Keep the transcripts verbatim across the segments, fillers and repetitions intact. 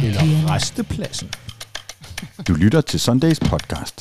Eller restepladsen. Du lytter til Sundays podcast.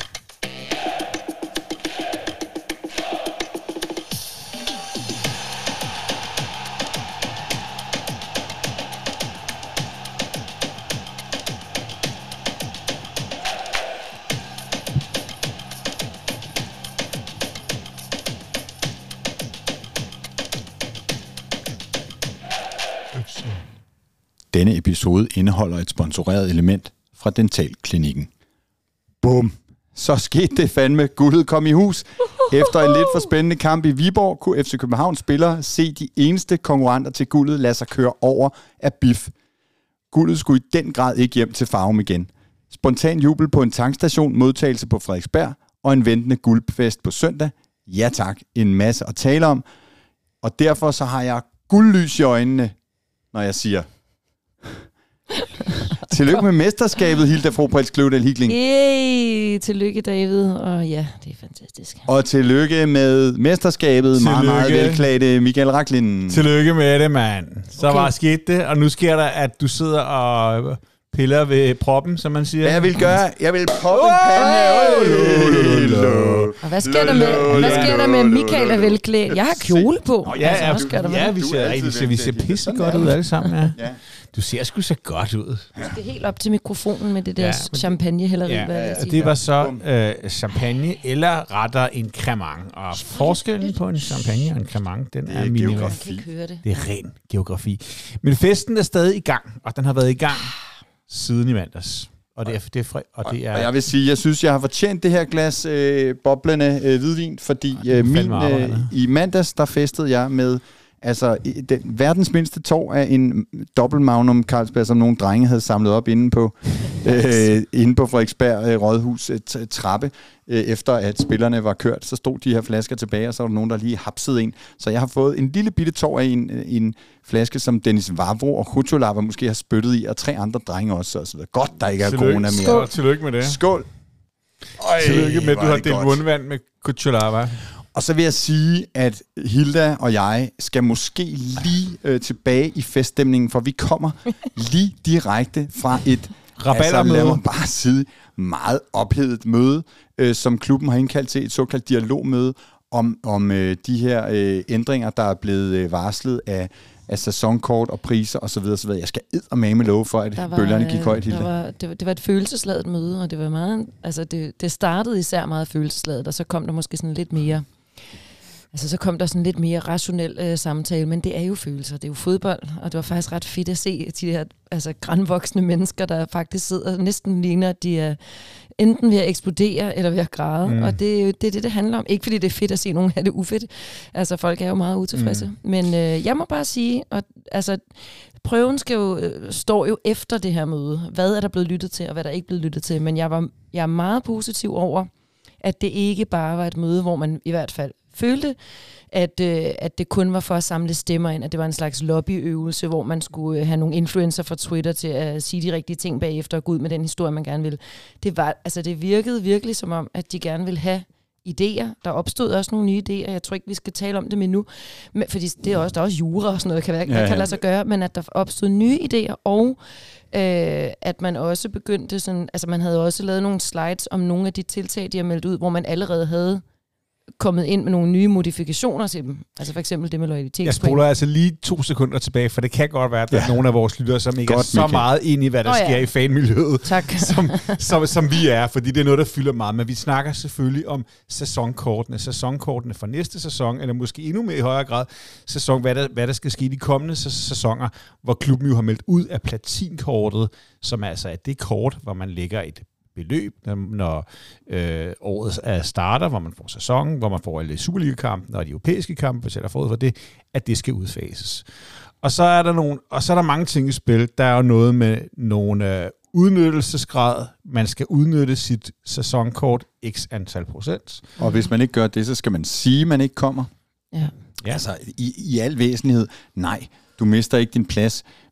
Denne episode indeholder et sponsoreret element fra Dentalklinikken. Bum! Så skete det fandme. Guldet kom i hus. Efter en lidt for spændende kamp i Viborg, kunne F C Københavns spillere se de eneste konkurrenter til guldet lade sig køre over af B I F. Guldet skulle i den grad ikke hjem til Farum igen. Spontan jubel på en tankstation, modtagelse på Frederiksberg og en ventende guldfest på søndag. Ja tak, en masse at tale om. Og derfor så har jeg guldlys i øjnene, når jeg siger... Tillykke med mesterskabet, Hilda Frobrits Kløvedal Hikling. Yay, tillykke David, og ja, det er fantastisk. Og tillykke med mesterskabet, tillykke. meget, meget velklædte Michael Raklin. Tillykke med det, mand. Så okay. var sket det, og nu sker der, at du sidder og piller ved proppen, som man siger. Jeg vil gøre, jeg vil proppe en pande. Og hvad sker der med, hvad sker der med Michael er velklædt? Jeg har kjole på. Oh, ja, altså, hvad sker der med ja, vi ser, vi ser, vi ser pisse godt ud alle sammen. Ja. Ja. Du ser sgu så godt ud. Du skal helt op til mikrofonen med det der ja, champagne-hæleri. Ja, hvad og det var så øh, champagne, eller retter en cremant. Og forskellen på en champagne og en cremant, den er, er minimal. Det. det er ren geografi. Men festen er stadig i gang, og den har været i gang siden i mandags. Og det er, det er, fri, og det er og jeg vil sige, jeg synes, jeg har fortjent det her glas øh, boblende øh, hvidvin, fordi øh, min, øh, i mandags, der festede jeg med altså den verdens mindste tår af en dobbelt Magnum Carlsberg, som nogle drenge havde samlet op inde på, øh, inde på Frederiksberg øh, Rådhus øh, trappe, øh, efter at spillerne var kørt. Så stod de her flasker tilbage, og så var der nogen, der lige hapsede en. Så jeg har fået en lille bitte tår af en, en flaske, som Dennis Vavro og Kuchulava måske har spyttet i, og tre andre drenge også. Så godt, der ikke er tillykke. corona mere. Skål. Tillykke med det. Skål. Øj, tillykke med, at du har delt mundvand med Kuchulava. Og så vil jeg sige, at Hilda og jeg skal måske lige øh, tilbage i feststemningen, for vi kommer lige direkte fra et altså, lad mig bare sige, meget ophedet møde, øh, som klubben har indkaldt til, et såkaldt dialogmøde om, om øh, de her øh, ændringer, der er blevet øh, varslet af, af sæsonkort og priser osv. osv. Jeg skal eddermame love for, at var, bølgerne gik højt, Hilda. Var, det, var, det var et følelsesladet møde, og det var meget, altså det, det startede især meget følelsesladet, og så kom der måske sådan lidt mere... Altså, så kom der sådan lidt mere rationel øh, samtale, men det er jo følelser, det er jo fodbold, og det var faktisk ret fedt at se de her altså, grandvoksne mennesker, der faktisk sidder næsten ligner, at de er enten ved at eksplodere eller ved at græde, mm. og det er det, det, det handler om. Ikke fordi det er fedt at se nogen have det ufedt, altså folk er jo meget utilfredse, mm. men øh, jeg må bare sige, at altså, prøven skal jo, øh, står jo efter det her møde. Hvad er der blevet lyttet til, og hvad der ikke er blevet lyttet til, men jeg, var, jeg er meget positiv over, at det ikke bare var et møde, hvor man i hvert fald følte, at, øh, at det kun var for at samle stemmer ind, at det var en slags lobbyøvelse, hvor man skulle have nogle influencer fra Twitter til at sige de rigtige ting bagefter og gå ud med den historie, man gerne ville. Det, var, altså, det virkede virkelig som om, at de gerne ville have idéer. Der opstod også nogle nye idéer. Jeg tror ikke, vi skal tale om det med nu, men, fordi det er også, der er også jura og sådan noget, kan være, ja, ja. kan lade sig gøre, men at der opstod nye idéer, og øh, at man også begyndte sådan, altså man havde også lavet nogle slides om nogle af de tiltag, de har meldt ud, hvor man allerede havde kommet ind med nogle nye modifikationer til dem. Altså for eksempel det med loyalitetspoint. Jeg spoler altså lige to sekunder tilbage, for det kan godt være, at der ja. er nogle af vores lyttere, som ikke godt, er så Michael. meget ind i, hvad der oh, sker ja. i fanmiljøet, som, som, som vi er, fordi det er noget, der fylder meget. Men vi snakker selvfølgelig om sæsonkortene. Sæsonkortene for næste sæson, eller måske endnu mere i højere grad sæson, hvad der, hvad der skal ske i de kommende sæsoner, hvor klubben jo har meldt ud af platinkortet, som altså er det kort, hvor man lægger et beløb, når øh, året er starter, hvor man får sæsonen, hvor man får alle Superliga-kampen og de europæiske kampe, hvis jeg er forud for det, at det skal udfases. Og så er der nogle, og så er der mange ting i spil. Der er jo noget med nogle øh, udnyttelsesgrad. Man skal udnytte sit sæsonkort x antal procent. Og hvis man ikke gør det, så skal man sige, at man ikke kommer. Ja. Altså, i, i al væsentlighed, nej, du mister ikke din plads,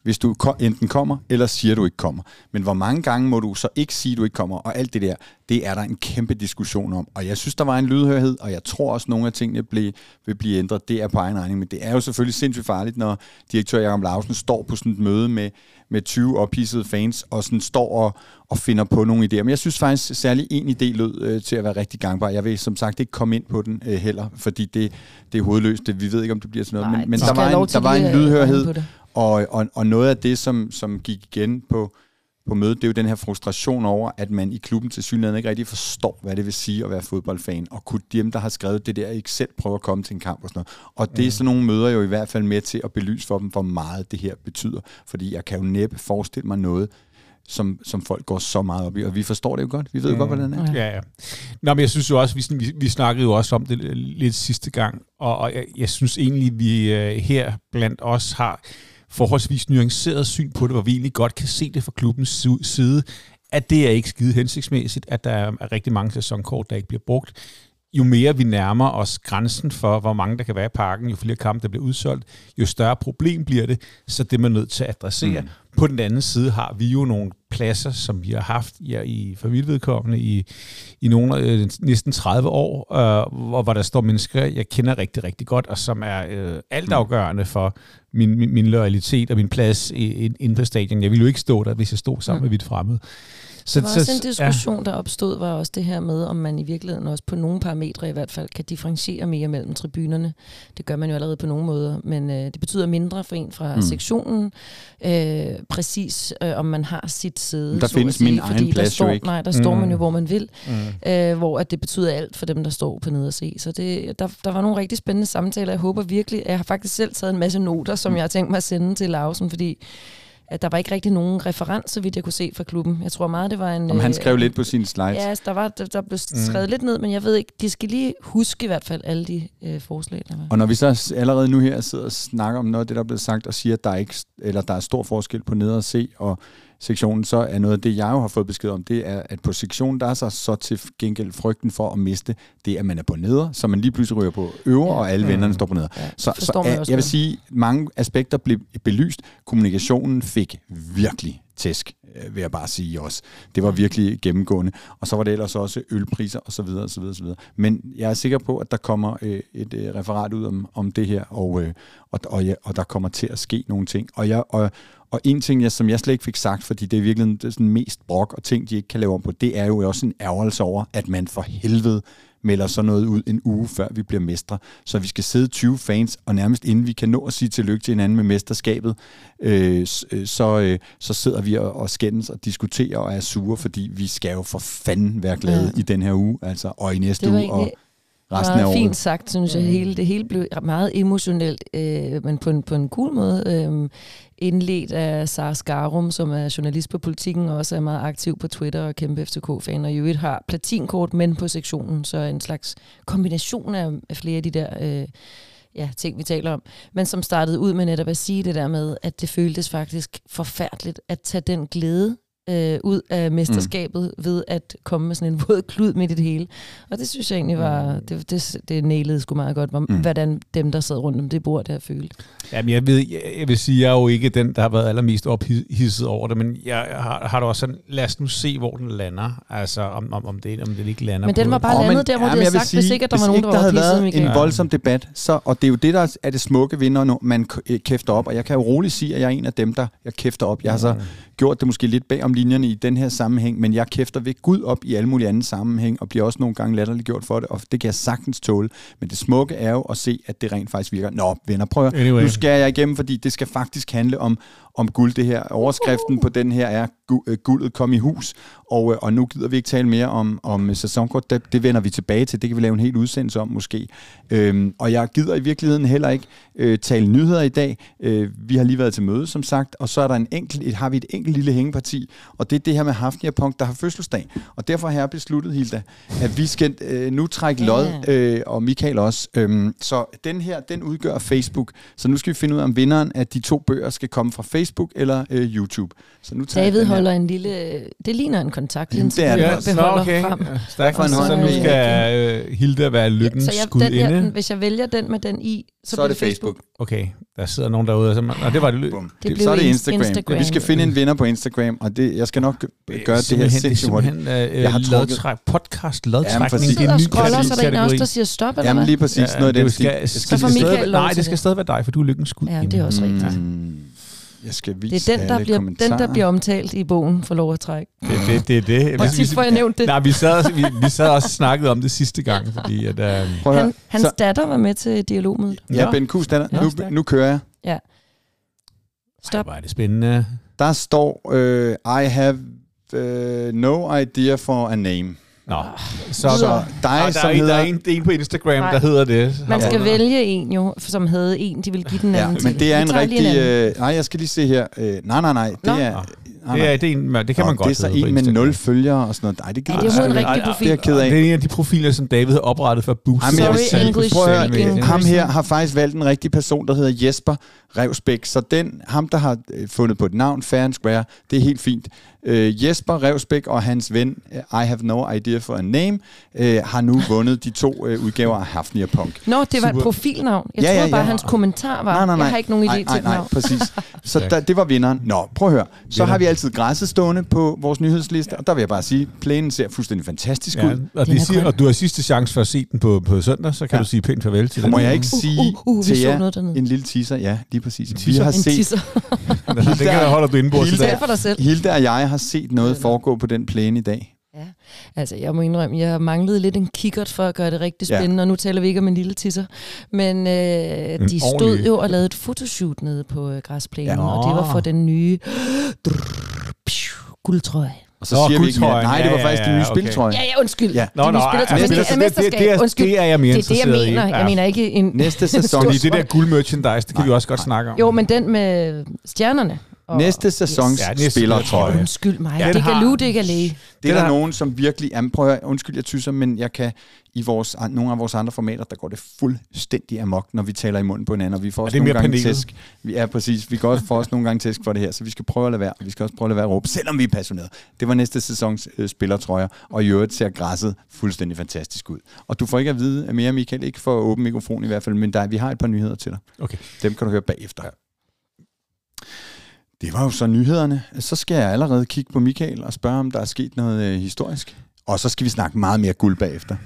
hvis du enten kommer, eller siger, du ikke kommer. Men hvor mange gange må du så ikke sige, du ikke kommer, og alt det der, det er der en kæmpe diskussion om. Og jeg synes, der var en lydhørhed, og jeg tror også, at nogle af tingene ble, vil blive ændret. Det er på egen regning, men det er jo selvfølgelig sindssygt farligt, når direktør Jacob Lausen står på sådan et møde med, med tyve ophidsede fans, og sådan står og, og finder på nogle idéer. Men jeg synes faktisk, særlig en idé lød øh, til at være rigtig gangbar. Jeg vil som sagt ikke komme ind på den øh, heller, fordi det, det er hovedløst. Det, vi ved ikke, om det bliver sådan noget. Nej, men men der, var en, der var en lydhørhed, og, og, og noget af det, som, som gik igen på, på mødet, det er jo den her frustration over, at man i klubben til synligheden ikke rigtig forstår, hvad det vil sige at være fodboldfan, og kunne dem, der har skrevet det der, ikke selv prøve at komme til en kamp og sådan noget. Og det er sådan nogle møder jo i hvert fald med til at belyse for dem, hvor meget det her betyder. Fordi jeg kan jo næppe forestille mig noget, som, som folk går så meget op i, og vi forstår det jo godt. Vi ved jo mm. godt, hvordan det er. Ja, ja. Nå, men jeg synes jo også, vi, vi, vi snakkede jo også om det lidt sidste gang, og, og jeg, jeg synes egentlig, vi uh, her blandt os har forholdsvis nuanceret syn på det, hvor vi egentlig godt kan se det fra klubbens side, at det er ikke skide hensigtsmæssigt, at der er rigtig mange sæsonkort, der ikke bliver brugt. Jo mere vi nærmer os grænsen for, hvor mange der kan være i parken, jo flere kampe, der bliver udsolgt, jo større problem bliver det, så det er man nødt til at adressere. Mm. På den anden side har vi jo nogle pladser, som vi har haft ja, i familievedkommende i, i nogle øh, næsten tredive år, øh, hvor, hvor der står mennesker, jeg kender rigtig, rigtig godt, og som er øh, altafgørende for min, min, min loyalitet og min plads inde på stadion. Jeg ville jo ikke stå der, hvis jeg stod sammen mm. med vidt fremmede. Så, der var også en diskussion, ja. der opstod, var også det her med, om man i virkeligheden også på nogle parametre i hvert fald kan differentiere mere mellem tribunerne. Det gør man jo allerede på nogle måder, men øh, det betyder mindre for en fra mm. sektionen, øh, præcis øh, om man har sit sæde. Der findes min egen plads står, jo ikke. Nej, der mm. står man jo, hvor man vil, mm. øh, hvor at det betyder alt for dem, der står på ned og se. Så det, der, der var nogle rigtig spændende samtaler. Jeg håber virkelig, jeg har faktisk selv taget en masse noter, som mm. jeg har tænkt mig at sende til Lausen, fordi at der var ikke rigtig nogen reference, så vidt jeg kunne se fra klubben. Jeg tror meget, det var en... Om han skrev øh, lidt på sine slides. Ja, der, var, der, der blev skrevet mm. lidt ned, men jeg ved ikke, de skal lige huske i hvert fald alle de øh, forslag, der var. Og når vi så allerede nu her sidder og snakker om noget af det, der er blevet sagt, og siger, at der er, ikke, eller der er stor forskel på ned og se og sektionen, så er noget af det, jeg jo har fået besked om, det er, at på sektionen, der er så, så til gengæld frygten for at miste, det at man er på neder, så man lige pludselig ryger på øver, ja. og alle mm. vennerne står på neder. Ja, så så er, jeg vil sige, mange aspekter blev belyst. Kommunikationen fik virkelig tæsk, vil jeg bare sige også. Det var virkelig gennemgående. Og så var det ellers også ølpriser og så videre, og så videre, og så videre. Men jeg er sikker på, at der kommer øh, et øh, referat ud om, om det her, og, øh, og, og, ja, og der kommer til at ske nogle ting. Og jeg... Og, Og en ting, jeg, som jeg slet ikke fik sagt, fordi det er virkelig det er sådan mest brok og ting, de ikke kan lave om på, det er jo også en ærgelse over, at man for helvede melder sådan noget ud en uge før vi bliver mestre. Så vi skal sidde tyve fans, og nærmest inden vi kan nå at sige tillykke til hinanden med mesterskabet, øh, så, øh, så sidder vi og, og skændes og diskuterer og er sure, fordi vi skal jo for fanden være glade ja. i den her uge, altså, og i næste uge. Og resten af året. Fint sagt, synes jeg. Hele, det hele blev meget emotionelt, øh, men på en, på en cool måde. Øh, indledt af Sara Skarum, som er journalist på Politikken, og også er meget aktiv på Twitter og kæmpe F C K-fan, og i øvrigt har platinkort, men på sektionen, så en slags kombination af, af flere af de der øh, ja, ting, vi taler om. Men som startede ud med netop at sige det der med, at det føltes faktisk forfærdeligt at tage den glæde Øh, ud af mesterskabet mm. ved at komme med sådan en våd klud midt i det hele. Og det synes jeg egentlig var, det, det, det nailede sgu meget godt, mm. hvordan dem, der sad rundt om det bord, der følte. Jamen, jeg ved, jeg, jeg vil sige, jeg er jo ikke den, der har været allermest ophidset over det, men jeg har, har da også sådan, lad os nu se, hvor den lander. Altså, om, om, om, det, om det ikke lander. Men den var bare oh, landet der, hvor ja, det er sagt, sige, hvis ikke der var nogen, der var ophidset. Hvis ikke der havde været en voldsom debat, så, og det er jo det, der er det smukke vinder, når man kæfter op, og jeg kan jo roligt sige, at jeg er en af dem, der jeg kæfter op. Jeg har så gjort det måske lidt bag om linjerne i den her sammenhæng, men jeg kæfter ved Gud op i alle mulige andre sammenhæng, og bliver også nogle gange latterligt gjort for det, og det kan jeg sagtens tåle. Men det smukke er jo at se, at det rent faktisk virker. Nå, venner, prøv at, anyway. Nu skal jeg igennem, fordi det skal faktisk handle om, om guld, det her. Overskriften på den her er, guldet kom i hus, og, og nu gider vi ikke tale mere om, om sæsonkort. Det, det vender vi tilbage til. Det kan vi lave en hel udsendelse om, måske. Øhm, og jeg gider i virkeligheden heller ikke øh, tale nyheder i dag. Øh, vi har lige været til møde, som sagt, og så er der en enkelt, et, har vi et enkelt lille hængeparti, og det er det her med Hafnia Punkt, der har fødselsdag. Og derfor har jeg besluttet, Hilda, at vi skal øh, nu trække lod, øh, og Michael også. Øhm, så den her, den udgør Facebook. Så nu skal vi finde ud af, om vinderen af de to bøger skal komme fra Facebook, Facebook eller øh, YouTube. Så nu tager David holder en lille... Det ligner en kontaktlinse. Det er ja, det. Nå, okay. Frem. Stærk for en hånd. Så nu skal øh, Hilda være lykkens ja, skudinde. Hvis jeg vælger den med den i, så, så er det Facebook. Facebook. Okay, der sidder nogen derude. Og, og det var det. det så er det Instagram. Instagram. Vi skal finde en vinder på Instagram, og det, jeg skal nok gøre det her sindssygt hurtigt. Jeg har lodtræk, podcast lodtrækning. Det er en ny kategori. Så er der en også, der siger stop, eller hvad? Jamen lige præcis. Noget af det. Så får Michael lov. Nej, det skal stadig være dig, for du er lykkens skudinde. Ja, det er også rigtigt. Jeg skal vise det er den, der bliver, den, der bliver omtalt i bogen for lov at trække. Det er det, det, det. det. Og sidst får jeg nævnt det. Nej, vi sad, vi, vi sad også og snakkede om det sidste gang, fordi at... Uh... Han, hans så, datter var med til dialogmødet. Ja, Ben Q's datter. Ja, nu, nu kører jeg. Ja. Stop. Ej, hvor er det spændende. Der står, uh, I have uh, no idea for a name. Nå, så, så dig, der, som er en, hedder... der er en, en på Instagram, Nej. der hedder det. Man skal ja. vælge en jo, som havde en, de vil give den anden ja, til. Men det er en rigtig... Øh, nej, jeg skal lige se her. Øh, nej, nej, nej. Det Nå. er... Nej, det, er, det, er en, det kan Nå, man godt. Det er så en med nul følgere og sådan noget. Nej, det gider jeg. Ja, det er jo en rigtig profil. Det er ked af. Det er en af de profiler, som David har oprettet for at booste. Sorry, English speaking. Ham her har faktisk valgt en rigtig person, der hedder Jesper Revsbæk. Så den, ham, der har fundet på et navn, fair and square, det er helt fint. Uh, Jesper Revsbæk og hans ven, I have no idea for a name, uh, har nu vundet de to uh, udgaver af Hafnia Punk. Nå, det var Super. Et profilnavn. Jeg ja, troede ja, ja. bare, hans kommentar var. Nej, nej, nej. Jeg har ikke nogen idé nej, til nej, nej, nej, præcis. Så der, det var vinderen. Nå, prøv at høre. Så Vinder. har vi altid græsset stående på vores nyhedsliste, ja. og der vil jeg bare sige, plænen ser fuldstændig fantastisk ja. ud. Og, de siger, og du har sidste chance for at se den på, på søndag, så kan ja. du sige pænt farvel til den. Må jeg ikke sige uh, uh, uh, til jer en lille teaser? Ja, lige præcis. Vi har set... Den kan jeg holde du inde på. Hilda og jeg har set noget foregå på den plæne i dag. Ja, altså jeg må indrømme, jeg manglede lidt en kikkert for at gøre det rigtig spændende, ja. og nu taler vi ikke om en lille tisser. Men øh, de stod ordentlig. jo og lavede et fotoshoot nede på øh, græsplænen, ja. og det var for den nye drrr, pju, guldtrøje. Og så Nå, siger vi ikke mere. Nej, det var faktisk ja, ja, ja, den nye okay. spiltrøje. Ja, ja, undskyld. Ja. Nå, nå, det, det, det, det, det er jeg mere interesseret i. Det er det, jeg mener. Ja. Jeg mener ikke en... Næste sæson. Fordi det der guldmerchandise, det kan nej, vi også godt nej. snakke om. Jo, men den med stjernerne. Og næste sæsons yes. ja, spillertrøje. Undskyld mig. Ja, det kan lu, det kan læge. Det er der nogen, som virkelig... Jamen, prøv at, undskyld, jeg tyser, men jeg kan... I vores, nogle af vores andre formater, der går det fuldstændig amok, når vi taler i munden på hinanden, og vi får også nogle gange panelet. tæsk. Vi er præcis. Vi kan også få os nogle gange tæsk for det her, så vi skal prøve at lade være. Vi skal også prøve at lade være at råbe, selvom vi er passionerede. Det var næste sæsons øh, spillertrøjer, og i øvrigt ser græsset fuldstændig fantastisk ud. Og du får ikke at vide mere, Michael, ikke for åben mikrofon i hvert fald, men der, vi har et par nyheder til dig. Okay. Dem kan du høre bagefter. Ja. Det var jo så nyhederne. Så skal jeg allerede kigge på Michael og spørge, om der er sket noget øh, historisk. Og så skal vi snakke meget mere guld bagefter.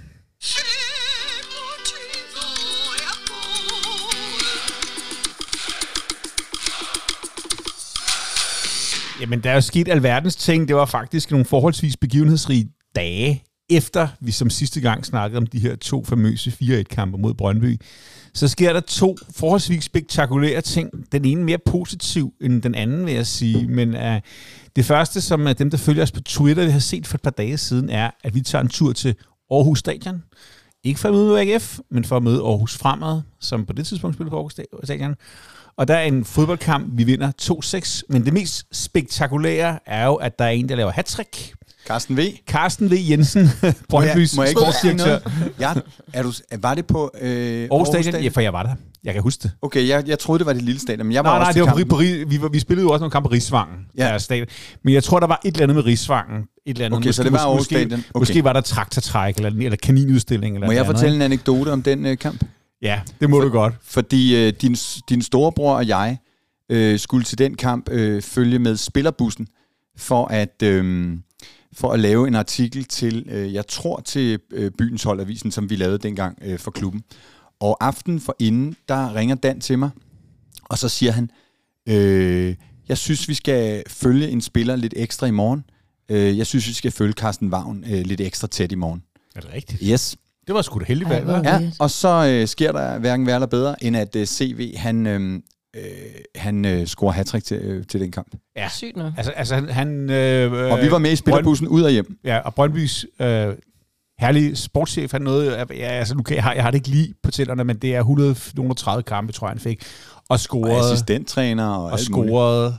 Jamen, der er jo sket alverdens ting. Det var faktisk nogle forholdsvis begivenhedsrige dage, efter vi som sidste gang snakkede om de her to famøse fire et-kampe mod Brøndby. Så sker der to forholdsvis spektakulære ting. Den ene mere positiv end den anden, vil jeg sige. Men uh, det første, som dem, der følger os på Twitter, vi har set for et par dage siden, er, at vi tager en tur til Aarhus Stadion. Ikke for at møde A G F, men for at møde Aarhus Fremad, som på det tidspunkt spiller på Aarhus Stadion. Og der er en fodboldkamp, vi vinder to seks. Men det mest spektakulære er jo, at der er en, der laver hattrick. Carsten V. Carsten V. Jensen, Brøndbys sportsdirektør. Ja, er du, var det på øh, Aarhus Stadion? Ja, for jeg var der. Jeg kan huske det. Okay, jeg, jeg troede, det var det lille stadion, men jeg var nej, også nej, det var på, på, vi, vi spillede jo også nogle kampe på Rigsvangen. Ja. Stadion. Men jeg tror, der var et eller andet med Rigsvangen. Et eller andet. Okay, måske, så det var Aarhus Stadion. Okay. Måske var der traktortræk, eller, eller kaninudstilling. Eller må jeg andet, fortælle en anekdote om den øh, kamp? Ja, det må For, du godt. Fordi øh, din, din storebror og jeg øh, skulle til den kamp øh, følge med spillerbussen for at... Øh, for at lave en artikel til, øh, jeg tror til øh, Byens Holdavisen, som vi lavede dengang øh, for klubben. Og aftenen for inden, der ringer Dan til mig, og så siger han, øh, jeg synes, vi skal følge en spiller lidt ekstra i morgen. Øh, jeg synes, vi skal følge Carsten Vagn øh, lidt ekstra tæt i morgen. Er det rigtigt? Yes. Det var sgu da heldigt valg, hva'? Ja, og så øh, sker der hverken værre eller bedre, end at øh, C V, han... Øh, Øh, han øh, scorer hattrick til, øh, til den kamp. Ja, sygt nok. Altså, altså han... han øh, og vi var med i spillerbussen ud og hjem. Ja, og Brøndbys øh, herlige sportschef, han nåede... Ja, altså, nu kan jeg, jeg har det ikke lige på tællerne, men det er et hundrede og tredive kampe, tror jeg, han fik. Og scorede... Og assistenttræner og, og scorede...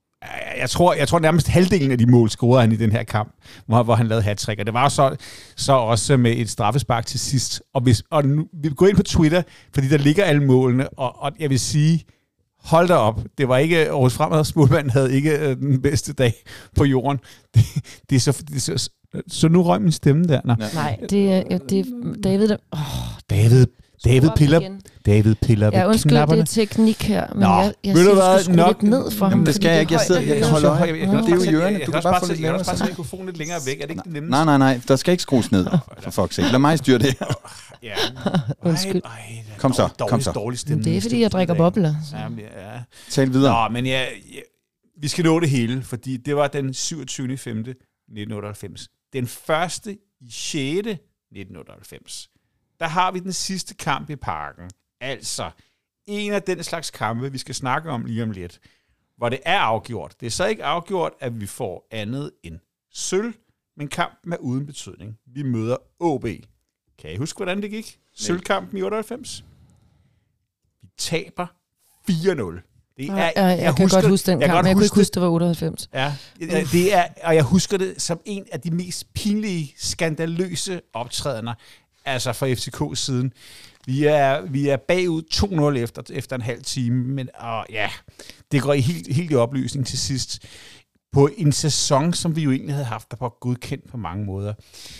Jeg tror, jeg tror nærmest halvdelen af de mål scorede han i den her kamp, hvor, hvor han lavede hattrick. Og det var så, så også med et straffespark til sidst. Og, hvis, og nu, vi går ind på Twitter, fordi der ligger alle målene, og, og jeg vil sige... hold da op. Det var ikke, Aarhus Fremad målmand havde ikke øh, den bedste dag på jorden. Det, det er så, det er så, så nu røg min stemme der. Nå. Nej, det er det, David, der... Oh, David, David piller, David piller ved ja, undskyld, knapperne. det er teknik her, men Nå, jeg, jeg synes, du skal nok, lidt ned for jamen, ham. det skal jeg ikke. Jeg sidder, jeg kan holde øje. Det er jo hjørnet. Du kan kan bare bare få lidt lavere. lavere. Jeg kan bare sætte mikrofonen lidt længere væk. Er det ikke det nemmeste? Nej, nej, nej. Der skal ikke skrues ned. For fuck's sake. Lad mig styre det. Ja. Undskyld. Kom så, kom så. Dårlig stemme. Det er, fordi jeg drikker bobler. Jamen, ja. Tal videre. Nå, men ja, ja, vi skal nå det hele, fordi det var den syvogtyvende femte nitten otteoghalvfems. Den første i sjette nitten otteoghalvfems. Der har vi den sidste kamp i Parken. Altså, en af den slags kampe, vi skal snakke om lige om lidt, hvor det er afgjort. Det er så ikke afgjort, at vi får andet end sølv, men kampen er uden betydning. Vi møder O B. Kan I huske, hvordan det gik? Sølvkampen i otteoghalvfems. Vi taber fire nul. Det er, ja, jeg, jeg, jeg kan husker, godt huske den kamp, men jeg kunne ikke huske, det var otteoghalvfems. Ja, det er, og jeg husker det som en af de mest pinlige, skandaløse optrædener, altså fra F C K's siden. Vi er, vi er bagud to nul efter, efter en halv time, men åh, ja, det går helt, helt i opløsning til sidst. På en sæson, som vi jo egentlig havde haft, der var godkendt på mange måder.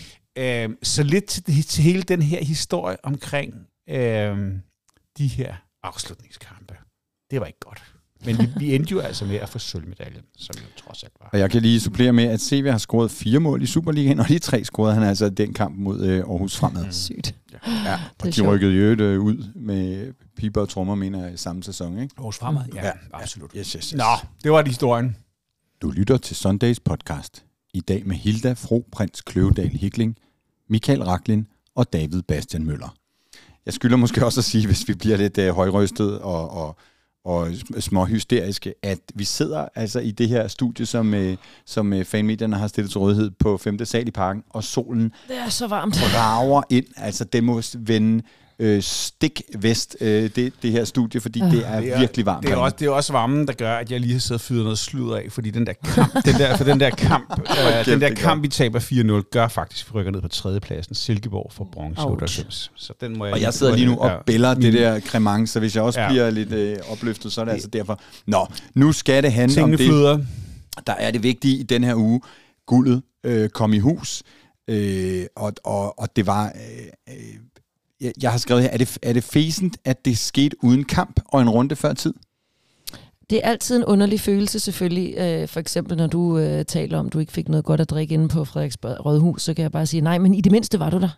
Øh, så lidt til, til hele den her historie omkring øh, de her afslutningskampe. Det var ikke godt. Men vi, vi endte jo altså med at få sølvmedaljen, som jo trods alt var. Og jeg kan lige supplere med, at C V har scoret fire mål i Superligaen, og de tre scorede han altså den kamp mod øh, Aarhus Fremad. Mm. Sygt. Ja, og de sjovt. rykkede jo øh, ud med piber og trommer, mener jeg, i samme sæson, ikke? Aarhus Fremad, ja, ja, absolut. Yes, yes, yes. Nå, det var historien. Du lytter til Sundays podcast. I dag med Hilda Fro Prins Kløvedal Hikling, Michael Raklin og David Bastian Møller. Jeg skylder måske også at sige, hvis vi bliver lidt øh, højrøstet og, og og småhysteriske, at vi sidder altså i det her studie, som, øh, som øh, fanmedierne har stillet til rådighed på femte sal i Parken, og solen det er så varmt. brager ind. Altså, det må vende øh, stik vest, øh, det, det her studie, fordi ja. det er det er, virkelig varmt. Det er, også, det er også varmen, der gør, at jeg lige har siddet og fyret noget sludder af, fordi den der kamp, den der, for den der kamp, øh, den der kamp vi taber fire nul, gør faktisk, at vi rykker ned på tredjepladsen. Silkeborg for bronze otteoghalvfems. Så den må jeg og jeg sidder lige nu og bæller det der cremant, så hvis jeg også ja. bliver lidt øh, opløftet, så er det, det altså derfor. Nå, nu skal det handle om det. Flyder. Der er det vigtige i den her uge. Guldet øh, kom i hus, øh, og, og, og det var... Øh, øh, Jeg har skrevet her, er det, er det fæsent, at det skete uden kamp og en runde før tid? Det er altid en underlig følelse selvfølgelig. Øh, for eksempel når du øh, taler om, at du ikke fik noget godt at drikke inde på Frederiksberg Rådhus, så kan jeg bare sige, nej, men i det mindste var du der.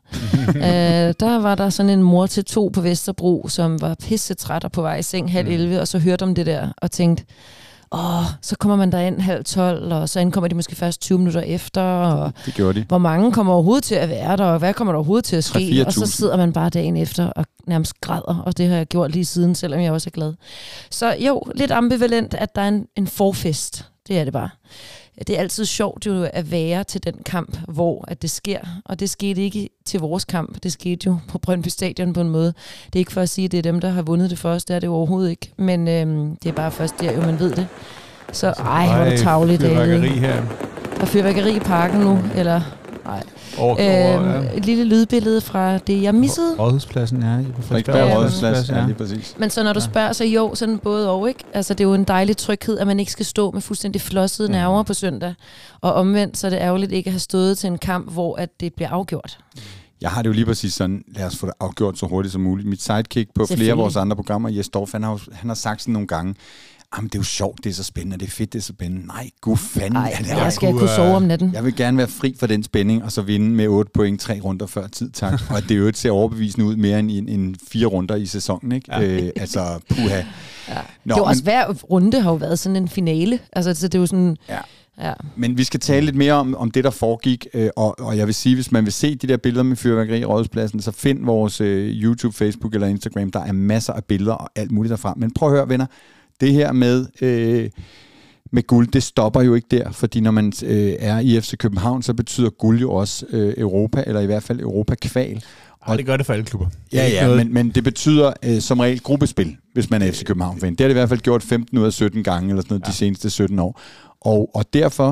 øh, der var der sådan en mor til to på Vesterbro, som var pissetræt og på vej i seng halv elleve, og så hørte om det der og tænkte, åh, så kommer man derind halv tolv, og så indkommer de måske først tyve minutter efter, og det gjorde de. Hvor mange kommer overhovedet til at være der, og hvad kommer der overhovedet til at ske? Og så sidder man bare dagen efter og nærmest græder, og det har jeg gjort lige siden, selvom jeg også er glad. Så jo, lidt ambivalent, at der er en, en forfest. Det er det bare. Det er altid sjovt jo at være til den kamp, hvor at det sker. Og det skete ikke til vores kamp. Det skete jo på Brøndby Stadion på en måde. Det er ikke for at sige, at det er dem, der har vundet det for os. Det er det jo overhovedet ikke. Men øhm, det er bare først der, jo man ved det. Så ej, hvor er det tavligt. Fyrværkeri her. Der er fyrværkeri i Parken nu, eller... Nej. Over, over, øhm, et lille lydbillede fra det, jeg missede. Rådhuspladsen, ja. Frederiksberg Rådhuspladsen, ja, lige præcis. Men så når du spørger, så jo, sådan både og, ikke? Altså, det er jo en dejlig tryghed, at man ikke skal stå med fuldstændig flossede nerver på søndag. Og omvendt, så er det ærgerligt ikke at have stået til en kamp, hvor at det bliver afgjort. Jeg har det jo lige præcis sådan, lad os få det afgjort så hurtigt som muligt. Mit sidekick på flere af vores andre programmer, Jes Dorf, han har, han har sagt sådan nogle gange, jamen, det er jo sjovt, det er så spændende, det er fedt, det er så spændende. Nej, gud fanden. Ej, ja, jeg skal kunne sove om natten. Jeg vil gerne være fri for den spænding, og så vinde med otte point, tre runder før tid, tak. Og det er jo et ser overbevisende ud mere end, end fire runder i sæsonen, ikke? Ja. Øh, altså, puha. Ja. Nå, det er også, hver runde har jo været sådan en finale. Altså, så det er jo sådan... Ja. Ja. Men vi skal tale lidt mere om, om det, der foregik, øh, og, og jeg vil sige, hvis man vil se de der billeder med fyrværkeri i Rådhuspladsen, så find vores øh, YouTube, Facebook eller Instagram. Der er masser af billeder og alt muligt derfra. Men prøv at høre, venner. Det her med, øh, med guld, det stopper jo ikke der, fordi når man øh, er i F C København, så betyder guld jo også øh, Europa, eller i hvert fald Europa-kval. Og det gør det for alle klubber. Ja, ja, men, men det betyder øh, som regel gruppespil, hvis man er F C København-fan. Det har det i hvert fald gjort femten ud af sytten gange, eller sådan noget, ja. De seneste sytten år. Og, og derfor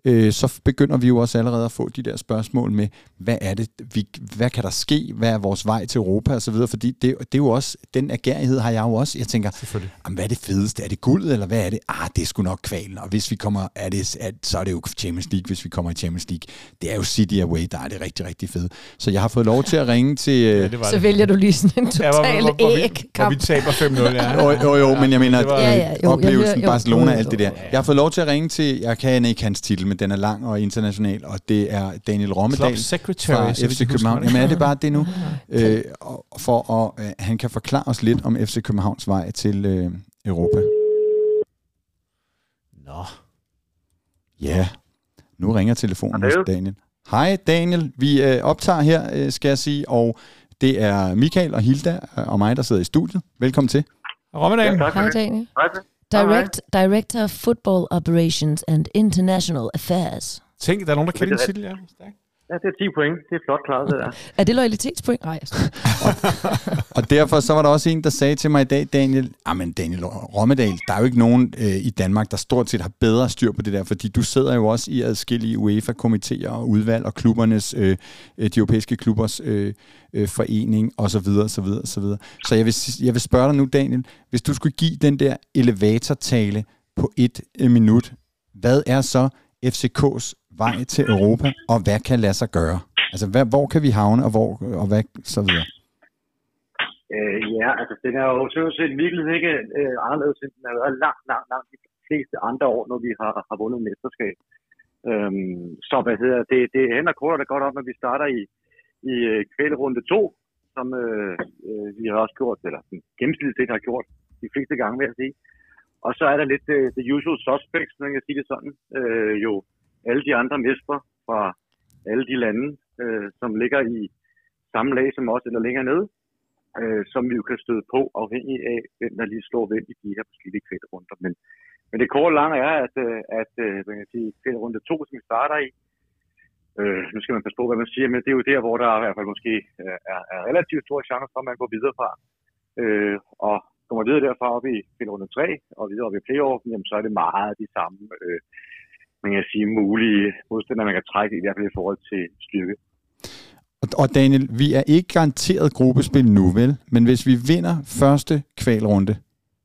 øh, så begynder vi jo også allerede at få de der spørgsmål med, hvad er det, vi, hvad kan der ske, hvad er vores vej til Europa og så videre, fordi det, det er jo også, den agerighed har jeg jo også, jeg tænker, jamen, hvad er det fedeste, er det guldet, eller hvad er det? Ah, det er sgu nok kvalen, og hvis vi kommer, er det, er, så er det jo Champions League, hvis vi kommer i Champions League. Det er jo City away, der er det rigtig, rigtig fedt. Så jeg har fået lov til at ringe til... Ja, det så vælger du lige sådan en total ja, hvor, hvor, æg. Hvor vi taber fem nul, ja. Jo, jo, jo, men jeg mener, var, ja, ja, jo, oplevelsen, jo, Barcelona, jo, alt det der. Jeg har fået lov til at ringe til, jeg kan ikke hans titel, men den er lang og international, og det er Daniel Rommedal fra F C København. Jamen er det bare det nu? Øh, for at øh, han kan forklare os lidt om F C Københavns vej til øh, Europa. Nå. Ja, nu ringer telefonen hos Daniel. Hej Daniel, vi øh, optager her, øh, skal jeg sige, og det er Michael og Hilda og mig, der sidder i studiet. Velkommen til. Rommedal. Ja, hej Daniel. Direct, Director of Football Operations and International Affairs. Tænk, der er nogen, der kan din titel, ja. Ja, det er ti point. Det er flot klaret, det der. Er det loyalitetspoint? Nej. Og derfor så var der også en, der sagde til mig i dag, Daniel, ah, men Daniel Rommedal, der er jo ikke nogen øh, i Danmark, der stort set har bedre styr på det der, fordi du sidder jo også i adskillige UEFA-komiteer og udvalg og klubbernes, øh, de europæiske klubbers øh, øh, forening og så videre, så videre, så videre. Så jeg vil, jeg vil spørge dig nu, Daniel, hvis du skulle give den der elevatortale på et øh, minut, hvad er så F C K's vej til Europa, og hvad kan lade sig gøre? Altså, hvad, hvor kan vi havne, og hvor, og hvad, så videre? Øh, ja, altså, den er jo sådan set virkelig ikke øh, anderledes, end den har været langt, langt, langt de fleste andre år, når vi har, har vundet mesterskab. Øhm, så hvad hedder det, det hænder kort og det godt op, når vi starter i, i kvælerunde to, som øh, øh, vi har også gjort, eller gennemsnitligt set har gjort de fleste gange, vil jeg sige. Og så er der lidt uh, the usual suspects, når jeg siger det sådan, øh, jo alle de andre mestre fra alle de lande, øh, som ligger i samme lag som os, eller længere nede, øh, som vi jo kan støde på, afhængig af, hvem der lige slår hvem i de her forskellige kvælerrunder. Men, men det korte lange er, at, at, at man kan sige, kvælerunde to, som vi starter i, øh, nu skal man passe på, hvad man siger, men det er jo der, hvor der i hvert fald måske er, er relativt store chancer for, at man går videre fra. Øh, og kommer videre derfra op i kvælerunde tre, og videre op i playoffen, jamen så er det meget de samme øh, man kan sige, mulige modstandere, man kan trække, i hvert fald i forhold til styrke. Og, og Daniel, vi er ikke garanteret gruppespil nu, vel? Men hvis vi vinder første kvalrunde,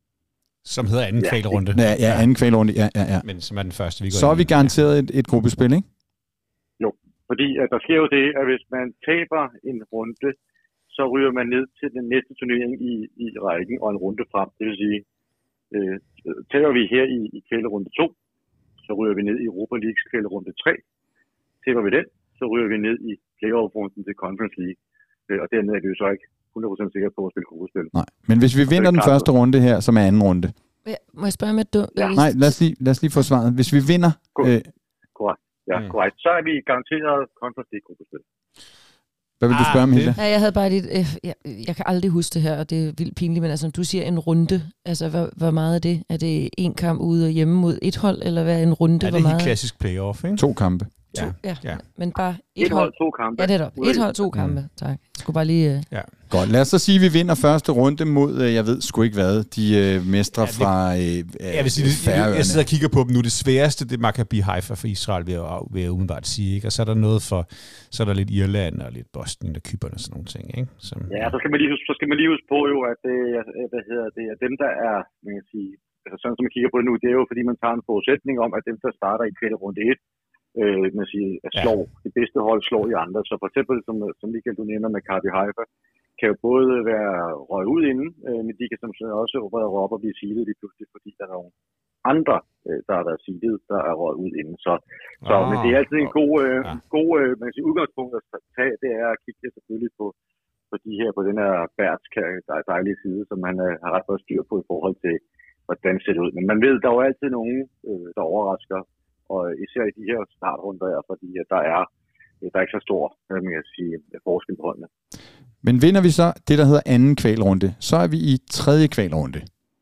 som hedder anden ja. kvalrunde. Ja, ja, anden kvalrunde, ja, ja, ja. Men som er den første, vi går så er vi garanteret et, et gruppespil, ikke? Jo, fordi at der sker jo det, at hvis man taber en runde, så ryger man ned til den næste turnering i, i rækken og en runde frem. Det vil sige, øh, taber vi her i, i kvalrunde to, så ryger vi ned i Europa Leagues kvalrunde tre. Taber vi den, så ryger vi ned i playoff-runden til Conference League. Og dermed er vi jo så ikke hundrede procent sikre på at spille gruppespil. Nej, men hvis vi vinder den første runde her, som er anden runde. Ja, må jeg spørge med du? Ja. Nej, lad os, lige, lad os lige få svaret. Hvis vi vinder... Øh... Korrekt. Ja, mm. korrekt. Så er vi garanteret Conference League gruppespil. Hvad vil du spørge om, Hilda? Ja, jeg havde bare lidt... Øh, jeg, jeg kan aldrig huske det her, og det er vildt pinligt, men altså, du siger en runde. Altså, hvor, hvor meget er det? Er det en kamp ude og hjemme mod et hold, eller hvad er en runde? Ja, det er helt klassisk playoff, ikke? To kampe. To, ja. Ja. ja, men bare et, et hold, to kampe. Ja, det er der. Et hold, to kampe. Mm. Tak. Jeg skulle bare lige... Uh... Ja. Godt, lad os så sige, at vi vinder første runde mod, jeg ved sgu ikke hvad, de uh, mestre ja, det, fra uh, jeg vil sige, det, jeg, jeg sidder og kigger på dem nu. Det sværeste, det er Maccabi Haifa for Israel, vil jeg, vil jeg umiddelbart sige. Ikke? Og så er der noget for... Så er der lidt Irland og lidt Bosnien og Cypern og sådan nogle ting, ikke? Som, ja, så skal man lige huske, så skal man lige huske på jo, at det, hvad hedder det, er dem, der er, man kan sige, altså sådan som man kigger på det nu, det er jo fordi, man tager en forudsætning om, at dem, der starter i kvalrunde et, øh, man siger, at slår, ja. det bedste hold slår i andre. Så for eksempel, som, som Michael, du nævner med Maccabi Haifa, kan jo både være røget ud inden, øh, men de kan som sådan også være op og blive seedet lige pludselig, fordi der er nogle andre, øh, der har været seedet, der er røget ud inden. Så, så oh, men det er altid en god, øh, ja. god øh, man kan sige, udgangspunkt at tage, det er at kigge selvfølgelig på, på de her, på den her Bærts dejlige side, som man øh, har ret godt styr på i forhold til, hvordan det ser ud. Men man ved, der er jo altid nogen, øh, der overrasker, og især i de her startrunder, fordi at der er der er ikke så stor, man kan sige, forskel på holdene. Men vinder vi så det, der hedder anden kvalrunde, så er vi i tredje kvalrunde.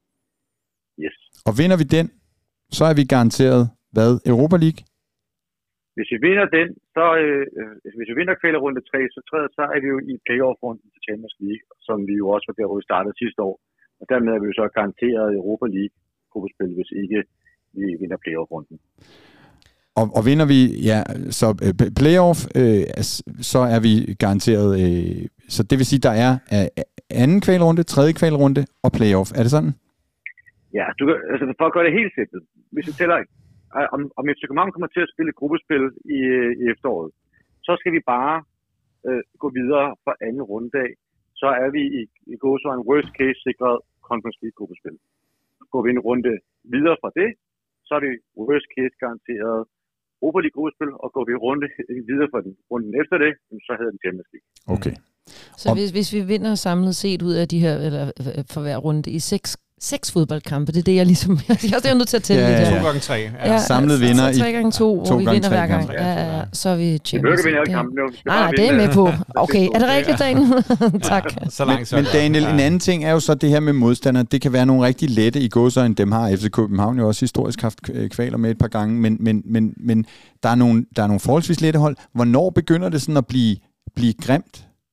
Yes. Og vinder vi den, så er vi garanteret, hvad, Europa League? Hvis vi vinder den, så øh, hvis vi vinder kvalrunde tre, så træder så er vi jo i playoff-runden til Champions League, som vi jo også var der, hvor vi startede sidste år. Og dermed er vi jo så garanteret Europa League gruppespil, hvis ikke vi vinder playoff-runden. og, og vinder vi, ja, så øh, playoff, øh, så er vi garanteret, øh, så det vil sige, der er øh, anden kvalrunde, tredje kvalrunde og playoff. Er det sådan? Ja, du, altså for at gøre det helt simpelt. Hvis vi tæller, om, om F C København kommer til at spille gruppespil i, i efteråret, så skal vi bare øh, gå videre fra anden rundedag. Så er vi i, i går så en worst case sikret Conference League gruppespil. Går vi en runde videre fra det, så er det worst case garanteret Europa League gruppespil, og går vi runde videre fra den runden efter det, så hedder det Champions League. Okay. Så hvis, hvis vi vinder samlet set ud af de her, eller for hver runde i seks Seks fodboldkampe, det er det, jeg ligesom... Jeg er nødt til at tælle ja, lidt ja, her. To gange tre. Ja. Ja, samlet vinder i... Tre gange to, to hvor vi vinder hver gang. Ja, ja, så er vi Champions League. Vi vinder kampen nu. Nej, nej, det er med på. Okay, er det rigtigt, Daniel? Tak. Ja, så langt, så men, men Daniel, ja. En anden ting er jo så det her med modstandere. Det kan være nogle rigtig lette i gåseøjne. Dem har F C København jo også historisk haft kvaler med et par gange. Men, men, men, men der, er nogle, der er nogle forholdsvis lette hold. Hvornår begynder det sådan at blive, blive grimt?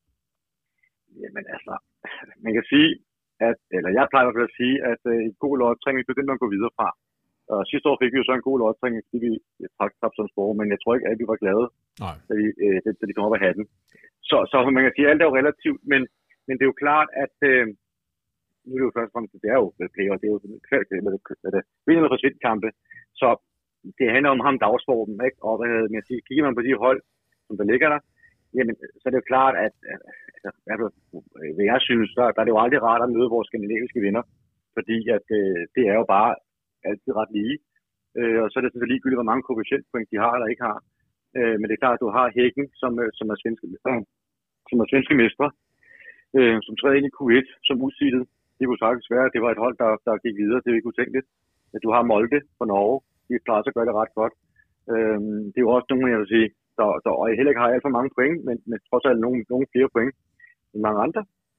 Jamen altså, man kan sige... At, eller jeg plejer i hvert fald at sige, at øh, en god lodtræning begyndte at gå videre fra. Og sidste år fik vi jo så en god lodtræning, fordi vi trak tabte som spor, men jeg tror ikke, at vi var glade, Nej. Da, de, øh, da de kom op af hatten. Så, så man kan sige, at alt er jo relativt, men, men det er jo klart, at øh, nu er det jo først og fremmest, det er jo player, det er jo vindende for svindkampe, så det handler om ham dagsformen, ikke? Og hvad hedder man sige, kigger man på de hold, som der ligger der, jamen, så er det jo klart, at altså, hvad jeg synes, der, der er det jo aldrig rart at møde vores skandinaviske venner, fordi at øh, det er jo bare altid ret lige. Øh, og så er det sådan ligegyldigt, hvor mange koefficientpoint de har eller ikke har. Øh, men det er klart, at du har Hækken, som, som er svenske, øh, som er svenske mestre, øh, som træder ind i Q et som usidet. Det kunne sagtens være, at det var et hold, der, der gik videre. Det er jo ikke utænkeligt. At du har Molde fra Norge. De plejer at gøre det ret godt. Øh, det er jo også nogle, jeg vil sige, der, der og heller ikke har alt for mange point, men, men trods alt nogle, nogle flere point end mange andre.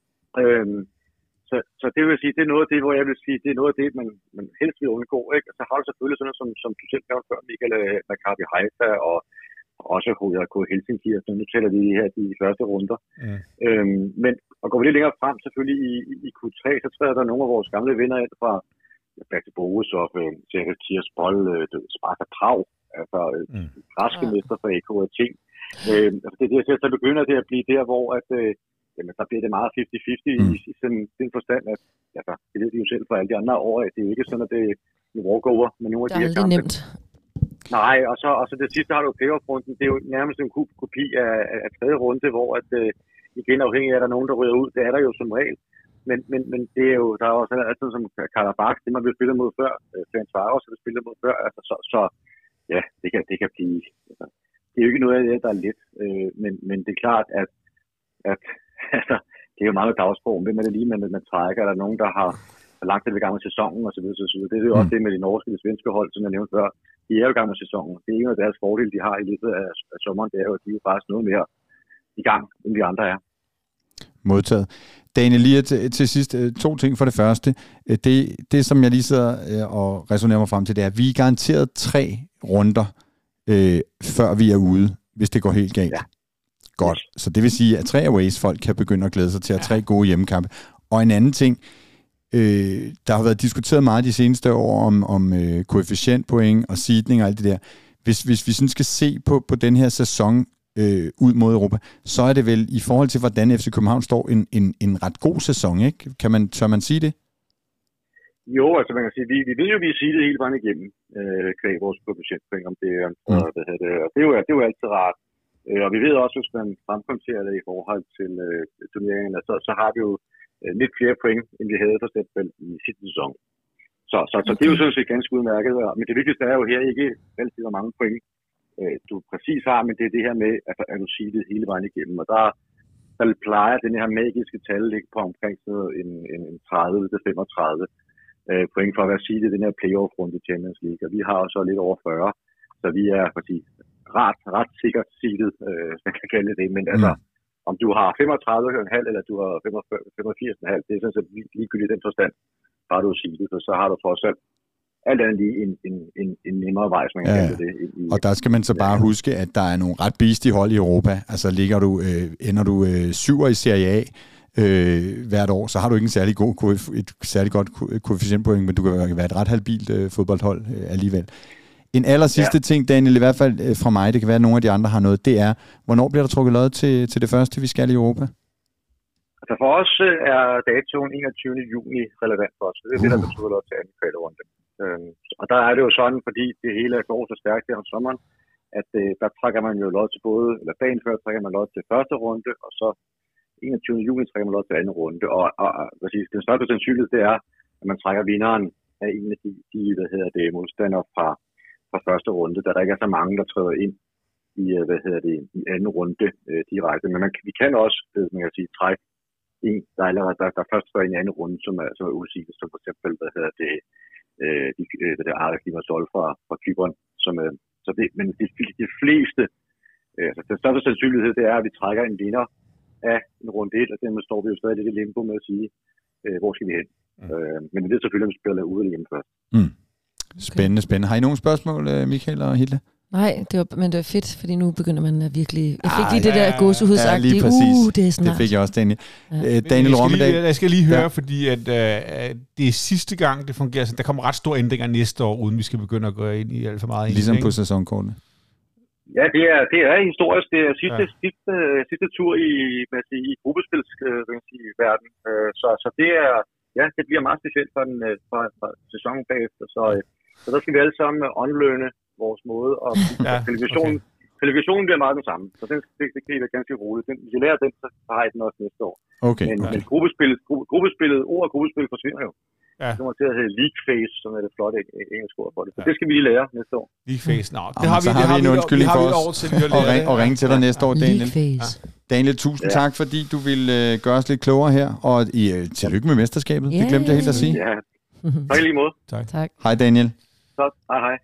Øhm, så, så det vil sige, det er noget af det, hvor jeg vil sige, det er noget af det, man, man helst vil undgå. Ikke? Og så har du selvfølgelig sådan noget, som, som du selv nævnte før, Michael, Maccabi Haifa og også H J K Helsinki, så nu tæller vi her de første runder. Mm. Øhm, men og går vi lidt længere frem, selvfølgelig i, i, i Q tre, så træder der nogle af vores gamle venner ind fra Berte Borisov, Sergej Tirsboll, Sparta Prag, altså mm. græske mester for A K og ting. Øh, det, det, så begynder det at blive der, hvor at, øh, jamen, der bliver det meget halvtreds halvtreds mm. i, i sådan den forstand, at altså, det ved de jo selv for alle de andre år, at det er ikke sådan, at det er en walkover med nogle af de her kampe. Det er nemt. Nej, og så, og så det sidste har du playoff-runden. Det er jo nærmest en kopi af, af tredje runde, hvor at, øh, igen afhængig af, at der er nogen, der ryger ud. Det er der jo som regel. Men, men, men det er jo, der er også altid som Karabakh, det man vil spille mod før, Ferenc Varos vil spille mod før, altså, så, så ja, det kan, det kan blive, altså, det er jo ikke noget af det, der er let, øh, men, men det er klart, at, at altså, det er jo meget med dagsform, hvem er det lige, man, man trækker, er der nogen, der har langt det ved gang med sæsonen, og så videre, så videre. Det er jo også det med de norske og de svenske hold, som jeg nævnte før, de er jo i gang med sæsonen. Det er en af deres fordele, de har i løbet af, af sommeren, det er jo, at de er jo faktisk noget mere i gang, end de andre er. Modtaget. Daniel, lige til, til sidst to ting. For det første, det, det som jeg lige sidder og resonerer mig frem til, det er, at vi er garanteret tre runder, øh, før vi er ude, hvis det går helt galt. Ja. Godt. Så det vil sige, at tre aways folk kan begynde at glæde sig til at tre gode hjemmekampe. Og en anden ting, øh, der har været diskuteret meget de seneste år om, om øh, koefficientpoint og seedning og alt det der. Hvis, hvis vi sådan skal se på, på den her sæson, Øh, ud mod Europa, så er det vel i forhold til, hvordan F C København står en, en, en ret god sæson, ikke? Kan man, tør man sige det? Jo, altså man kan sige, vi, vi ved jo, vi er sige det hele vejen igennem, øh, kvæg vores koefficientpoint, om det er, mm. og, hvad hedder det, og det er, jo, det er jo altid rart. Øh, og vi ved også, hvis man fremkommenterer det i forhold til øh, turneringerne, så, så har vi jo øh, lidt flere point, end vi havde for eksempel i sidste sæson. Så, så, så det er jo sådan set ganske udmærket, men det vigtigste er jo her ikke altid, hvor mange point du præcis har, men det er det her med, at, at du siger det hele vejen igennem. Og der, der plejer den her magiske tal ligge på omkring en, en, en tredive til femogtredive øh, point for at være sige det den her playoff-runde i Champions League. Og vi har jo så lidt over fyrre, så vi er faktisk ret, ret sikkert seedet, øh, hvis man kan kalde det det. Men mm. altså, om du har femogtredive komma fem eller du har femogfirs komma fem, det er sådan set ligegyldigt i den forstand, bare du seedet, og så har du trods alt alt andet lige en, en, en, en nemmere vej, som man kan ja. kalde det. I, og der skal man så bare ja. huske, at der er nogle ret beastige hold i Europa. Altså ligger du, øh, ender du øh, syver i Serie A øh, hvert år, så har du ikke en særlig god, et særlig godt koefficientpoint, men du kan være et ret halvbilt øh, fodboldhold øh, alligevel. En aller sidste ja. ting, Daniel, i hvert fald fra mig, det kan være, at nogle af de andre har noget, det er, hvornår bliver der trukket lod til, til det første, vi skal i Europa? Altså for os er datoen enogtyvende juni relevant for os. Det er uh. det, der betyder lod til anden kvalderunde. Øhm, og der er det jo sådan, fordi det hele går så stærkt her om sommeren, at øh, der trækker man jo lod til både, eller dagen før trækker man lod til første runde, og så enogtyvende juni trækker man lod til anden runde. Og, og, og præcis, den største sandsynlighed, det er, at man trækker vinderen af en af de, de hvad hedder det, modstandere fra, fra første runde, da der ikke er så mange, der træder ind i, hvad hedder det, i anden runde øh, direkte. Men man, vi kan også, man kan sige, trække en, der, allerede, der, der først står ind i anden runde, som er, som er udsigtet, som for eksempel, hvad hedder det, øh, de, hvad det er, Arik Limassol fra, fra Cypern, som øh, så det, men de, de fleste, øh, altså den største sandsynlighed, det er, at vi trækker en vinder af en runde et, og dermed står vi jo stadig lidt i limbo med at sige, øh, hvor skal vi hen? Mm. Øh, men det er selvfølgelig, at vi spiller ude hjemme først. Mm. Spændende, spændende. Har I nogle spørgsmål, Michael og Hilde? Nej, det var, men det var fedt, fordi nu begynder man at virkelig... Jeg fik lige det der gåsehudsagtige. Ja, lige uh, det er snart. Det fik jeg også, Daniel. Ja. Øh, Daniel Rommedal. Jeg skal lige høre, ja. fordi at, uh, det er sidste gang, det fungerer sådan. Der kommer ret store ændringer næste år, uden vi skal begynde at gå ind i alt for meget. Ligesom på sæsonkortene. Ja, det er, det er historisk. Det er sidste, ja. sidste, sidste tur i, hvad jeg sige, i gruppespilsverden. Så, så det er... Ja, det bliver meget specielt for, den, fra, fra sæsonen bagefter. Så, så der skal vi alle sammen unlearne vores måde. Og ja, televisionen, okay. televisionen bliver meget den samme. Så den, det, det kan I være ganske roligt. Den, hvis I lærer den, så har I den også næste år. Okay, men, okay. men gruppespillet, gruppespillet, ord og gruppespil forsvinder jo. Ja. Det kommer til at hedde League Phase, som er det flotte engelsk ord for det. Så ja. det skal vi lige lære næste år. League Phase, nå. Det har vi, så det har vi vi en undskyldning for os. Og, ring, og ringe til dig næste år, Daniel. Ja. Daniel, tusind ja. tak, fordi du ville uh, gøre os lidt klogere her. Og i, uh, tillykke med mesterskabet. Yeah. Det glemte jeg helt at sige. Ja, tak lige måde. Tak. tak. Hej, Daniel. Tak, hej hej.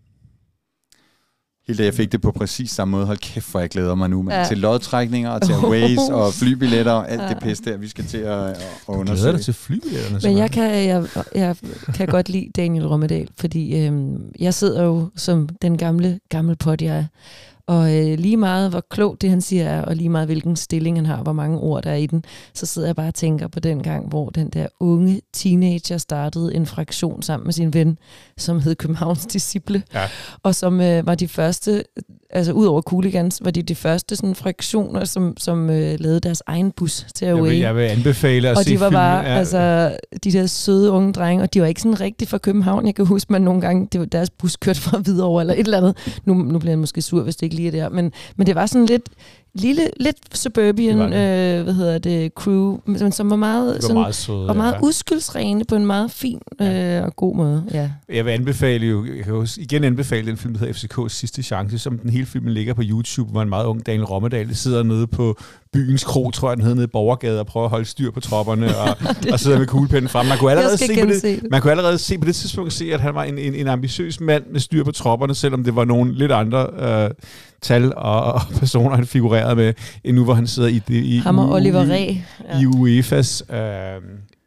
Hilda, jeg fik det på præcis samme måde. Hold kæft, hvor jeg glæder mig nu, man. Ja. Til lodtrækninger og til Waze og flybilletter og alt ja. det pis der, vi skal til at, at undersøge. Jeg glæder dig til flybilletterne. Men jeg kan, jeg, jeg kan godt lide Daniel Rommedal, fordi øhm, jeg sidder jo som den gamle, gamle pot, jeg er. Og øh, lige meget, hvor klogt det han siger er, og lige meget, hvilken stilling han har, hvor mange ord der er i den, så sidder jeg bare og tænker på den gang, hvor den der unge teenager startede en fraktion sammen med sin ven, som hed Københavns Disciple, ja. og som øh, var de første, altså ud over Cooligans, var de de første sådan, fraktioner, som, som øh, lavede deres egen bus til Away. Jeg vil, jeg vil anbefale at og se de var filmen. bare, Ja. altså, de der søde unge drenge, og de var ikke sådan rigtig fra København. Jeg kan huske, man nogle gange, det var deres bus kørte fra Hvidovre eller et eller andet. Nu, nu bliver jeg måske sur, hvis det ikke lige er der. Men, men det var sådan lidt lille, lidt suburban, øh, hvad hedder det, crew, men som var meget, var sådan, meget, søde, og meget ja. udskyldsrene på en meget fin øh, og god måde. Ja. Jeg vil anbefale jo, jeg kan jo igen anbefale den film, der hedder F C K's Sidste Chance, som den hele filmen ligger på YouTube, hvor en meget ung Daniel Rommedal sidder nede på byens kro, tror jeg, den hedder, nede i Borgergade, og prøver at holde styr på tropperne, og, og sidder med kuglepinden frem. Man kunne allerede, se på, det, man kunne allerede se på det tidspunkt se, at han var en, en, en ambitiøs mand med styr på tropperne, selvom det var nogle lidt andre øh, tal og, og personer, han figurerede med, endnu hvor han sidder i det i, ham og Oliver Ræ. Ja. I UEFA's øh,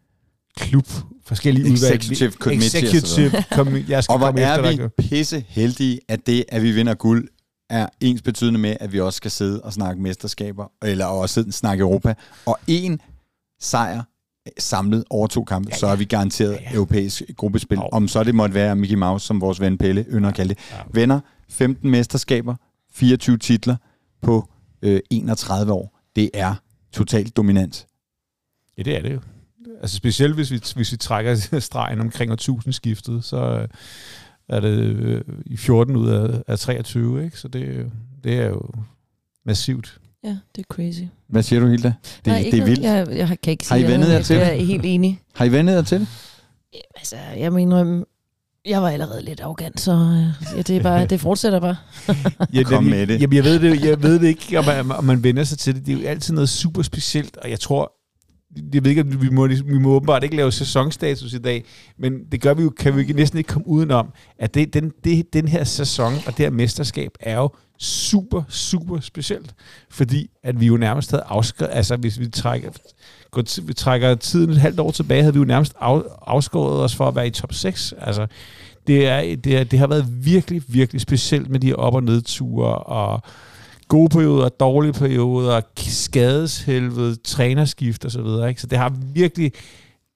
klub, forskellige udvalg. Executive Committee. Executive Committee. Jeg skal og hvor komme er efter, vi pisse heldige, at det, at vi vinder guld, er ens betydende med, at vi også skal sidde og snakke mesterskaber, eller også snakke Europa. Og en sejr samlet over to kampe, ja, ja. så er vi garanteret ja, ja. europæisk gruppespil. Oh. Om så det måtte være Mickey Mouse, som vores ven Pelle ynder at kalde det. Ja. Venner, femten mesterskaber, fireogtyve titler på øh, enogtredive år. Det er totalt dominant. Ja, det er det jo. Altså specielt hvis vi, hvis vi trækker stregen omkring årtusind skiftet, så er det øh, i fjorten ud af, af treogtyve, ikke? Så det, det er jo massivt. Ja, det er crazy. Hvad siger du, Hilda? Det, Nej, det er vildt. Jeg, jeg kan ikke sige det. Har I vendet jer til det? Jeg er helt enig. Har I vendet jer til det? Ja, altså, jeg mener, jeg var allerede lidt arrogant, så ja, det, er bare, det fortsætter bare. ja, Kom med det. Jamen, jeg ved det, jeg ved det ikke, om man, om man vender sig til det. Det er jo altid noget super specielt, og jeg tror, jeg ved ikke, at vi må, vi må åbenbart ikke lave sæsonstatus i dag, men det gør vi jo, kan vi næsten ikke komme udenom, at det, den, det, den her sæson og det her mesterskab er jo super, super specielt, fordi at vi jo nærmest havde afskrevet, altså hvis vi trækker, vi trækker tiden et halvt år tilbage, havde vi jo nærmest af, afskåret os for at være i top seks. Altså, det, er, det, er, det har været virkelig, virkelig specielt med de her op- og nedture, og gode perioder, dårlige perioder, skadeshelvede, trænerskift og så videre, ikke? Så det har virkelig,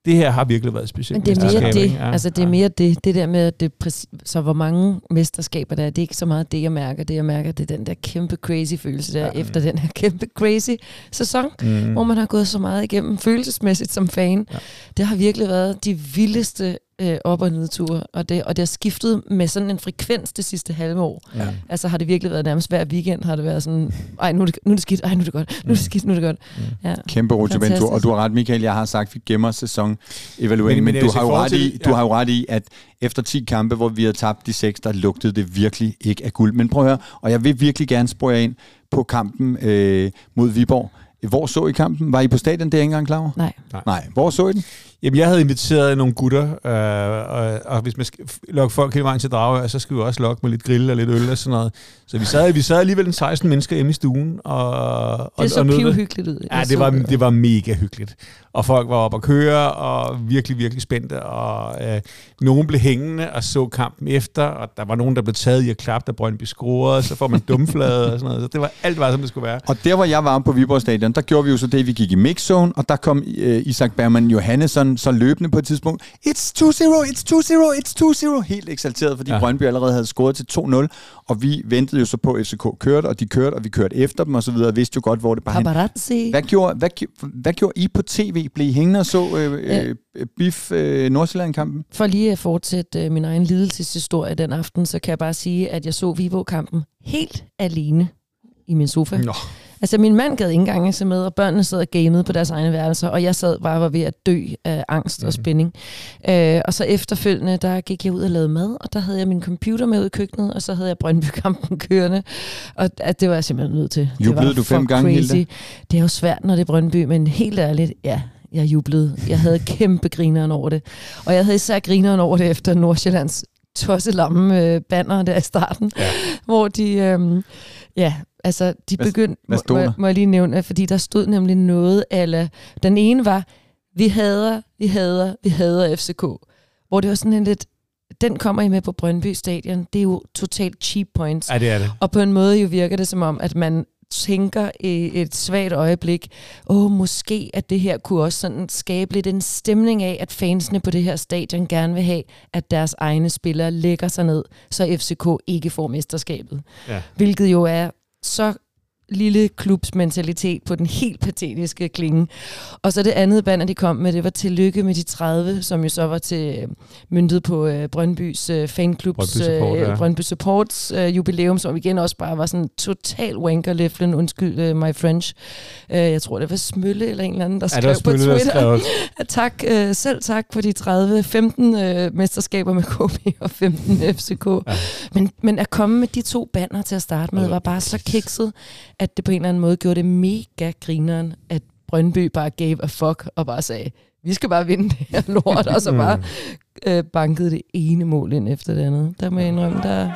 det her har virkelig været specielt. Men det er mere det, ja, altså det er mere det, det der med, at det præcis, så hvor mange mesterskaber der er, det er ikke så meget det, jeg mærker. Det jeg mærker, det er den der kæmpe crazy følelse der, ja, efter den her kæmpe crazy sæson, mm. hvor man har gået så meget igennem følelsesmæssigt som fan. Ja. Det har virkelig været de vildeste øh, op- og nedture, og det, og det har skiftet med sådan en frekvens det sidste halve år. Ja. Altså har det virkelig været nærmest hver weekend, har det været sådan, ej nu er det, nu er det skidt, ej nu er det godt, nu er det skidt, nu er det godt. Ja. Kæmpe rutsjeventur, og du har ret, Michael, jeg har sagt, vi gemmer sæson evaluering, men, men, men du, har jo ret i, du ja. har jo ret i, at efter ti kampe, hvor vi har tabt de seks, der lugtede det virkelig ikke af guld. Men prøv at høre, og jeg vil virkelig gerne spørge jer ind på kampen øh, mod Viborg. Hvor så I kampen? Var I på stadion, det er ikke engang klar over? Nej. Nej. Hvor så I den? Jamen, jeg havde inviteret nogle gutter, øh, og, og hvis man skal lokke folk hele vejen til Dragør, så skal vi også lokke med lidt grill og lidt øl og sådan noget. Så vi sad, vi sad alligevel en seksten mennesker hjemme i stuen. Og, og, det så pivhyggeligt ud. Ja, det var, det var mega hyggeligt. Og folk var oppe at køre, og virkelig, virkelig spændte. Og øh, nogen blev hængende og så kampen efter, og der var nogen, der blev taget i at klappe, da Brøndby scorede, så får man dumflade og sådan noget. Så det var alt, var, som det skulle være. Og der, hvor jeg var på Viborg Stadion, der gjorde vi jo så det, vi gik i mixzone, og der kom øh, Isak Bergman Johannesson så løbende på et tidspunkt. It's to zero, it's to zero, it's to zero. Helt eksalteret, fordi ja. Brøndby allerede havde scoret til to nul, og vi ventede jo så på, at F C K kørte, og de kørte, og vi kørte efter dem, og så videre, og vidste jo godt, hvor det bare hen. Hvad gjorde, hvad, hvad gjorde I på tv? Blev I hængende og så øh, ja. øh, B I F øh, Nordsjælland-kampen? For lige at fortsætte øh, min egen lidelseshistorie den aften, så kan jeg bare sige, at jeg så Viborg-kampen helt alene i min sofa. Nå. Altså, min mand gad ikke engang se med, og børnene sad og gamede på deres egne værelser, og jeg sad bare var ved at dø af angst mm. og spænding. Øh, og så efterfølgende, der gik jeg ud og lavede mad, og der havde jeg min computer med ud i køkkenet, og så havde jeg Brøndby-kampen kørende. Og at det var jeg simpelthen nødt til. Jublede du fem gange, Hilde? Det er jo svært, når det er Brøndby, men helt ærligt, ja, jeg jublede. Jeg havde kæmpe grineren over det. Og jeg havde især grineren over det efter Nordsjællands tosselamme øh, banner der i starten, ja. hvor de... Øh, ja, altså, de begyndte, må, må, må jeg lige nævne, fordi der stod nemlig noget, eller den ene var, vi hader, vi hader, vi hader F C K, hvor det var sådan en lidt, den kommer I med på Brøndby Stadion, det er jo totalt cheap points. Ja, det er det. Og på en måde jo virker det som om, at man tænker i et svagt øjeblik, åh, måske at det her kunne også sådan skabe lidt en stemning af, at fansene på det her stadion gerne vil have, at deres egne spillere lægger sig ned, så F C K ikke får mesterskabet. Ja. Hvilket jo er så lille klubs mentalitet på den helt patetiske klinge. Og så det andet banner, de kom med, det var tillykke med de tredive, som jo så var til øh, myndet på øh, Brøndbys øh, fanklubs, Brøndby Support, øh, ja. Brøndby Supports øh, jubilæum, som igen også bare var sådan total wanker-leflen, undskyld øh, my French. Øh, jeg tror, det var Smølle eller en eller anden, der skrev ja, på Smølle, Twitter. tak, øh, selv tak for de tredive, femten øh, mesterskaber med K B og femten F C K. Ja. Men, men at komme med de to banner til at starte med, var bare så kikset, at det på en eller anden måde gjorde det mega grineren, at Brøndby bare gave a fuck og bare sagde, vi skal bare vinde det her lort, og så bare øh, bankede det ene mål ind efter det andet. Der må jeg indrømme, der...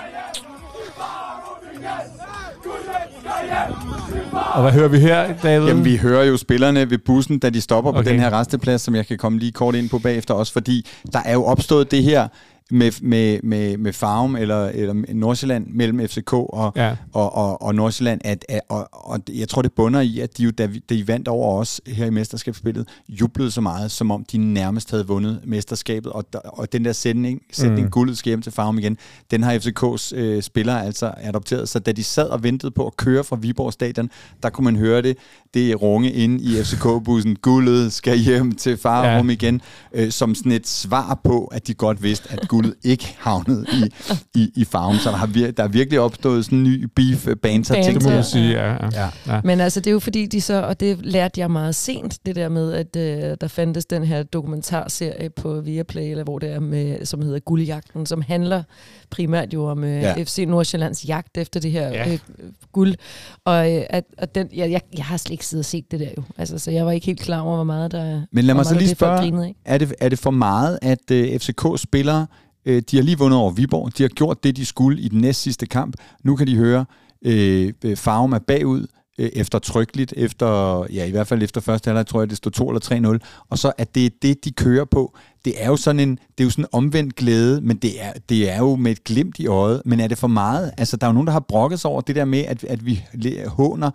Og hvad hører vi her, David? Jamen, vi hører jo spillerne ved bussen, da de stopper okay. på den her resteplads, som jeg kan komme lige kort ind på bagefter også, fordi der er jo opstået det her med, med, med, med Farum eller, eller Nordsjælland mellem F C K og, ja. og, og, og Nordsjælland, at, at, og, og jeg tror, det bunder i, at de jo, da de vandt over os her i mesterskabsspillet, jublede så meget, som om de nærmest havde vundet mesterskabet, og, og den der sætning, sætning mm. guldet skal hjem til Farum igen, den har F C K's øh, spillere altså adopteret, så da de sad og ventede på at køre fra Viborg Stadion, der kunne man høre det, det runge inde i F C K-bussen, guldet skal hjem til Farum ja. igen, øh, som sådan et svar på, at de godt vidste, at guldet ikke havnet i, i, i Farum, så der, har vir- der er virkelig opstået sådan en ny beef-banter ting. Det må man sige, ja, ja. Ja. Ja. Men altså, det er jo fordi, de så, og det lærte jeg meget sent, det der med, at øh, der fandtes den her dokumentarserie på Viaplay, eller hvor det er, med, som hedder Guldjagten, som handler primært jo om øh, ja. F C Nordsjællands jagt efter det her ja. øh, guld. Og, øh, at, at den, jeg, jeg, jeg har slet ikke siddet og set det der jo. Altså, så jeg var ikke helt klar over, hvor meget der... Men lad mig så lige spørge, er det, er det for meget, at øh, F C K-spillere de har lige vundet over Viborg. De har gjort det, de skulle i den næst sidste kamp. Nu kan de høre, øh, Farum er bagud øh, eftertrykkeligt, efter, ja, i hvert fald efter første halvleg, tror jeg, det stod to eller tre nul. Og så at det er det, de kører på. Det er jo sådan en, det er jo sådan en omvendt glæde, men det er, det er jo med et glimt i øjet. Men er det for meget? Altså, der er jo nogen, der har brokket sig over det der med, at, at vi håner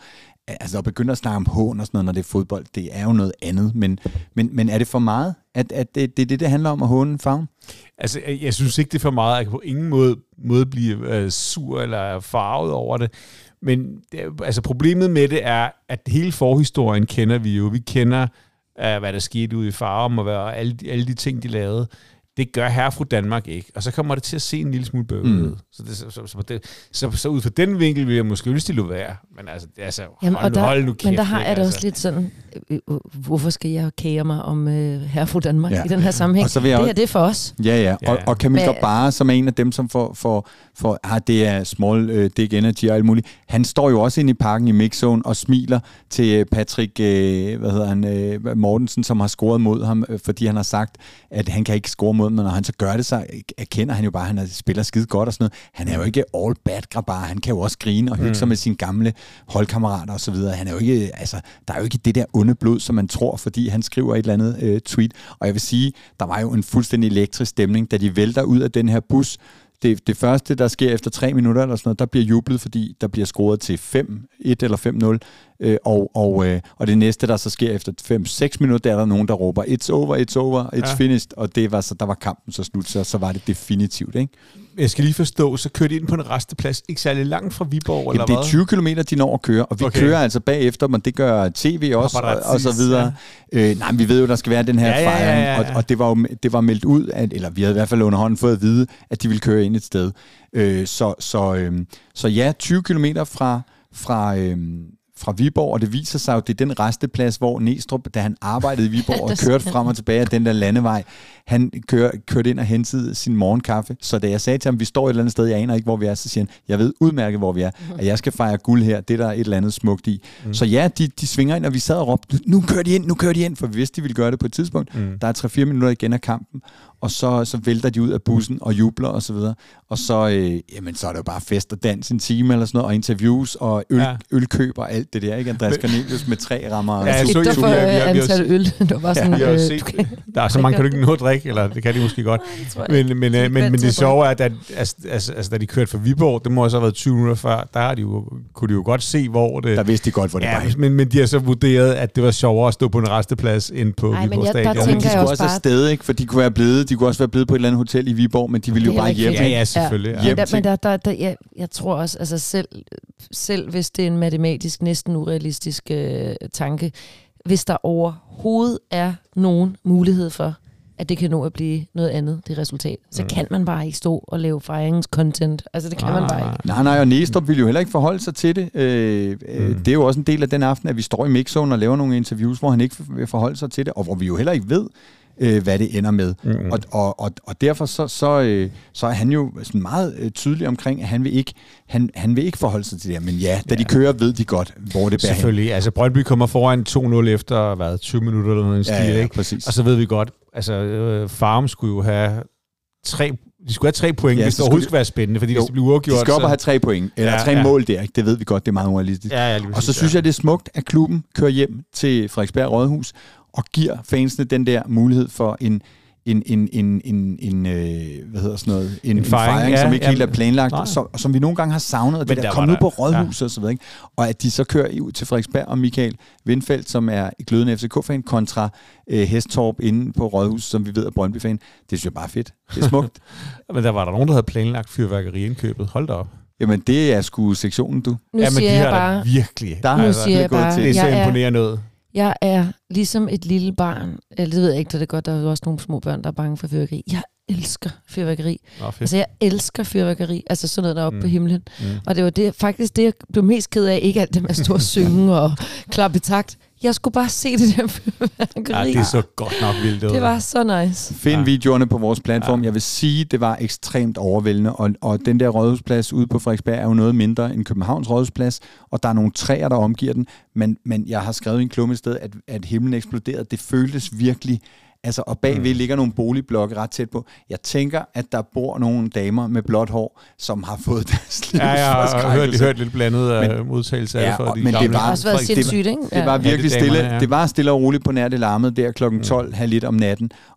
altså at begynde at snakke om hån og sådan noget, når det er fodbold, det er jo noget andet. Men, men, men er det for meget, at, at det, det det, det handler om at håne farven? Altså, jeg synes ikke, det er for meget. Jeg kan på ingen måde, måde blive øh, sur eller farvet over det. Men det, altså, problemet med det er, at hele forhistorien kender vi jo. Vi kender, øh, hvad der skete ude i Farum, og hvad, alle, de, alle de ting, de lavede. Det gør herre fra Danmark ikke. Og så kommer det til at se en lille smule bøvlet ud. Mm. Så, det, så, så, så, det, så, så ud fra den vinkel vil jeg måske ønske, det være. Men altså, det er altså Jamen, hold, der, hold nu kæft. Men der har jeg det altså. også lidt sådan, øh, øh, hvorfor skal jeg kære mig om øh, herre fra Danmark ja. i den her sammenhæng? Det her, det er for os. Ja, ja. Og, og Camille Grabara, som er en af dem, som får, får, får ah, det er small uh, dick energy og alt muligt, han står jo også inde i parken i mixzone og smiler til Patrick øh, hvad hedder han, øh, Mortensen, som har scoret mod ham, øh, fordi han har sagt, at han kan ikke score mod ham, men når han så gør det, så erkender han jo bare, at han spiller skide godt og sådan noget. Han er jo ikke all bad Grabara, han kan jo også grine og hygge mm. sig med sine gamle holdkammerater og så videre. Han er jo ikke, altså, der er jo ikke det der onde blod, som man tror, fordi han skriver et eller andet øh, tweet. Og jeg vil sige, der var jo en fuldstændig elektrisk stemning, da de vælter ud af den her bus. Det, det første, der sker efter tre minutter eller sådan noget, der bliver jublet, fordi der bliver scoret til fem et eller fem nul. Øh, og, og, øh, og det næste, der så sker efter fem seks minutter, der er der nogen, der råber, it's over, it's over, it's ja. finished. Og det var så, der var kampen så slut, så, så var det definitivt, ikke? Jeg skal lige forstå, så kører de ind på en resteplads, ikke særlig langt fra Viborg, Jamen, eller det hvad? er tyve kilometer, de når at køre, og vi okay. kører altså bagefter, men det gør T V også, og, og så videre. Ja. Øh, nej, men vi ved jo, der skal være den her ja, fejring, ja, ja, ja. Og, og det var jo det var meldt ud, at, eller vi havde i hvert fald under hånden fået at vide, at de ville køre ind et sted. Øh, så, så, øh, så ja, tyve kilometer fra... fra øh, fra Viborg, og det viser sig jo, det er den resteplads, hvor Næstrup, da han arbejdede i Viborg og kørte frem og tilbage af den der landevej, han kør, kørte ind og hentede sin morgenkaffe. Så da jeg sagde til ham, vi står et eller andet sted, jeg aner ikke, hvor vi er, så siger han, jeg ved udmærket, hvor vi er, at jeg skal fejre guld her, det er der et eller andet smukt i. Mm. Så ja, de, de svinger ind, og vi sad og råbte, nu kører de ind, nu kører de ind, for vi vidste, de ville gøre det på et tidspunkt. Mm. Der er tre fire minutter igen af kampen, og så, så vælter de ud af bussen og jubler og så videre. Og så, øh, jamen, så er det jo bare fest og dans en time eller sådan noget, og interviews og øl, ja. ølkøb og alt det der, ikke? Andreas Cornelius med tre rammer. Ja, jeg så ikke for antal øl. Det var sådan, ja, øh, set, okay. Der er så mange, kan du ikke nå at drikke, eller det kan de måske godt. Men, men, men, men, men det sjove er, at altså, altså, altså, da de kørte fra Viborg, det må også have været tyve minutter før, der de jo, kunne de jo godt se, hvor det... Der vidste de godt, hvor det ja, var. Men, men de har så vurderet, at det var sjovere at stå på en resteplads end på Ej, Viborg Stadion. Men de skulle også afsted, ikke? For de kunne være blevet, de kunne også være blevet på et eller andet hotel i Viborg, men de ville jo bare hjem. Ja, ja, selvfølgelig. Ja. Hjem men der, der, der, jeg, jeg tror også, altså selv, selv hvis det er en matematisk, næsten urealistisk øh, tanke, hvis der overhovedet er nogen mulighed for, at det kan nå at blive noget andet, det resultat, så mm. kan man bare ikke stå og lave fejringscontent. Altså, det kan ah. man bare ikke. Nej, nej, og Næstrup vil jo heller ikke forholde sig til det. Øh, mm. Det er jo også en del af den aften, at vi står i mixzone og laver nogle interviews, hvor han ikke vil forholde sig til det, og hvor vi jo heller ikke ved, øh, hvad det ender med. Mm. Og, og, og, og derfor så, så, øh, så er han jo sådan meget øh, tydelig omkring, at han vil ikke, han, han vil ikke forholde sig til det. Men ja, da ja. de kører, ved de godt, hvor det bærer hen. Selvfølgelig. Altså, Brøndby kommer foran to nul efter, hvad, tyve minutter eller noget, ja, ja, ikke? Præcis. Og så ved vi godt, altså, øh, Farum skulle jo have tre... De skulle have tre point, ja, hvis det overhovedet skulle være spændende, fordi jo, hvis det bliver uafgjort... De skal op og have tre point, eller ja, tre ja. mål der, ikke? Det ved vi godt, det er meget urealistisk. Ja, ja, og så synes jeg, det er smukt, at klubben kører hjem til Frederiksberg Rådhus og giver fansene den der mulighed for en... en, en, en, en, en øh, hvad hedder sådan noget, en, en fejring, fejring ja, som ikke ja, helt er planlagt, og som, og som vi nogle gange har savnet, og det der, der kom ud på Rådhuset ja. og så videre, ikke? Og at de så kører ud til Frederiksberg og Michael Vindfeldt, som er glødende F C K-fan, kontra øh, Hestorp inde på Rådhuset, som vi ved er Brøndby-fan. Det synes jeg bare er fedt. Det er smukt. Men der var der nogen, der havde planlagt fyrværkeriindkøbet. Hold da op. Jamen, det er sgu sektionen, du. Nu ja, men siger de jeg bare... virkelig. Der nu siger jeg bare... Det er så imponerende noget. Jeg er ligesom et lille barn, eller det ved jeg ikke, det er godt, der er jo også nogle små børn, der er bange for fyrværkeri. Jeg elsker fyrværkeri. Oh, altså, jeg elsker fyrværkeri, altså sådan noget deroppe mm. på himlen. Mm. Og det var det, faktisk det, jeg blev mest ked af, ikke alt det med at stå og synge og klappe i takt. Jeg skulle bare se det der fyrværkeri. Ja, det er så godt nok vildt. Det var så nice. Find ja. videoerne på vores platform. Ja. Jeg vil sige, det var ekstremt overvældende, og, og den der rådhusplads ude på Frederiksberg er jo noget mindre end Københavns rådhusplads, og der er nogle træer, der omgiver den, men, men jeg har skrevet i en klumme et sted, at, at himlen eksploderede. Det føltes virkelig... Altså, og bagved mm. ligger nogle boligblokke ret tæt på. Jeg tænker, at der bor nogle damer med blåt hår, som har fået deres livs ja, jeg har hørt, hørt lidt blandet af modtagelse af ja, det. For og, de men det var, også været sindssygt, ikke? Det var virkelig ja, det stille. damerne, ja. Det var stille og roligt på nær det larmede der klokken tolv, halv lidt om natten.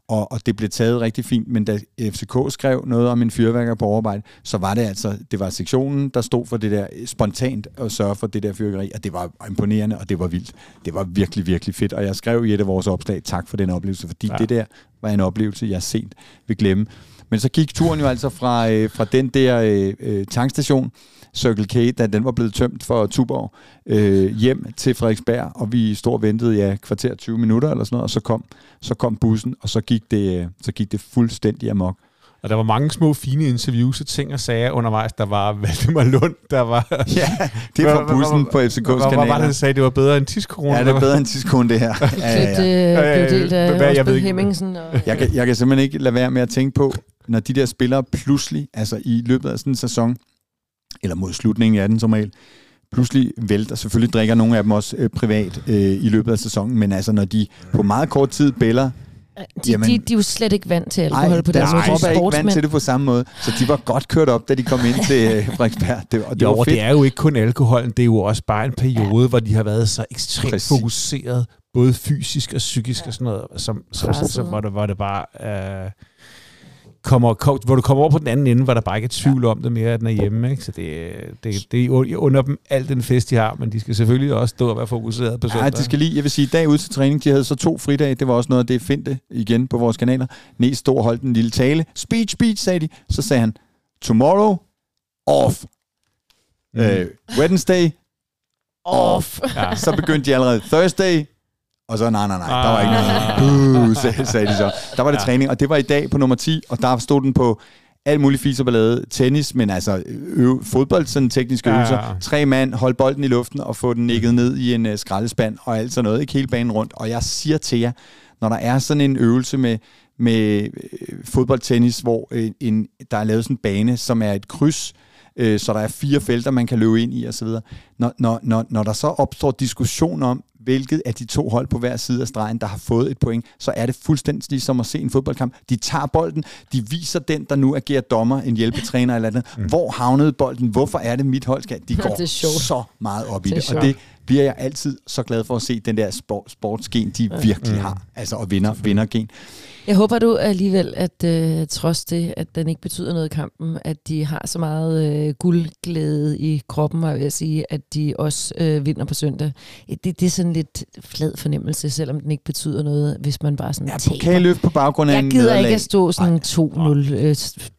og, og det blev taget rigtig fint, men da F C K skrev noget om en fyrværker på overarbejde, så var det altså, det var sektionen, der stod for det der spontant at sørge for det der fyrværkeri, og det var imponerende, og det var vildt. Det var virkelig, virkelig fedt, og jeg skrev i et af vores opslag, tak for den oplevelse, fordi ja. det der var en oplevelse, jeg sent vil glemme. Men så gik turen jo altså fra, øh, fra den der øh, tankstation, Circle K, da den var blevet tømt for Tuborg, øh, hjem til Frederiksberg, og vi stod og ventede, ja, kvarter tyve minutter eller sådan noget, og så kom, så kom bussen, og så gik det, så gik det fuldstændig amok. Og der var mange små, fine interviews og ting og sager undervejs. Der var Valdemar Lund, der var... Ja, det var bussen på F C K's kanaler. Hvad var det, der sagde, det var bedre end tidskone? Ja, det var bedre end tidskone, det her. Ja, ja, ja. Det blev delt af Osbjørn Hemmingsen. Og... Jeg, kan, jeg kan simpelthen ikke lade være med at tænke på, når de der spillere pludselig, altså i løbet af sådan en sæson, eller mod slutningen af den som regel, pludselig vælter. Selvfølgelig drikker nogle af dem også øh, privat øh, i løbet af sæsonen, men altså når de på meget kort tid bæller, De, jamen, de, de er jo slet ikke vant til alkohol ej, på den måde. Nej, de er ikke vant til det på samme måde. Så de var godt kørt op, da de kom ind til øh, Frederiksberg. Det, og det jo, var fedt. Det er jo ikke kun alkoholen, det er jo også bare en periode, ja. hvor de har været så ekstremt Præcis. fokuseret, både fysisk og psykisk ja. og sådan noget, som, som, som, som, hvor, det, hvor det bare... Øh, Kommer, kom, hvor du kommer over på den anden ende, hvor der bare ikke er tvivl om det mere, at den er hjemme. Ikke? Så det, det, det er under dem alt den fest, de har, men de skal selvfølgelig også stå og være fokuseret på søndag. Nej, de skal lige, jeg vil sige, dag ud til træning, de havde så to fridage, det var også noget af det, Finte igen på vores kanaler. Næs stod og holdt en lille tale. Speech, speech, sagde de. Så sagde han, tomorrow, off. Mm. Uh, Wednesday, off. Ja. Så begyndte de allerede Thursday, og så nej, nej, nej, der var ikke noget. Uh, sagde, sagde de så. Der var det ja. træning, og det var i dag på nummer ti, og der stod den på alt muligt fis og ballade. Tennis, men altså øve, fodbold, sådan tekniske øvelser. Ja, ja. Tre mand, hold bolden i luften og få den nikket ned i en uh, skraldespand og alt sådan noget, ikke hele banen rundt. Og jeg siger til jer, når der er sådan en øvelse med, med øh, fodboldtennis, hvor øh, en, der er lavet sådan en bane, som er et kryds, øh, så der er fire felter, man kan løbe ind i osv. Når, når, når, når der så opstår diskussion om, hvilket af de to hold på hver side af stregen, der har fået et point, så er det fuldstændig ligesom at se en fodboldkamp. De tager bolden, de viser den, der nu agerer dommer, en hjælpetræner eller andet. Mm. Hvor havnede bolden? Hvorfor er det mit hold skal? De går så meget op i det, det og det bliver jeg altid så glad for at se, den der sport, sportsgen, de virkelig mm. har. Altså at vinder, vindergen. Jeg håber du alligevel, at øh, trods det, at den ikke betyder noget i kampen, at de har så meget øh, guldglæde i kroppen, og jeg vil sige, at de også øh, vinder på søndag. Det, det er sådan lidt flad fornemmelse, selvom den ikke betyder noget, hvis man bare sådan ja, taber. Pokalløft på baggrund af jeg en gider nederlag. ikke at stå sådan to nul øh,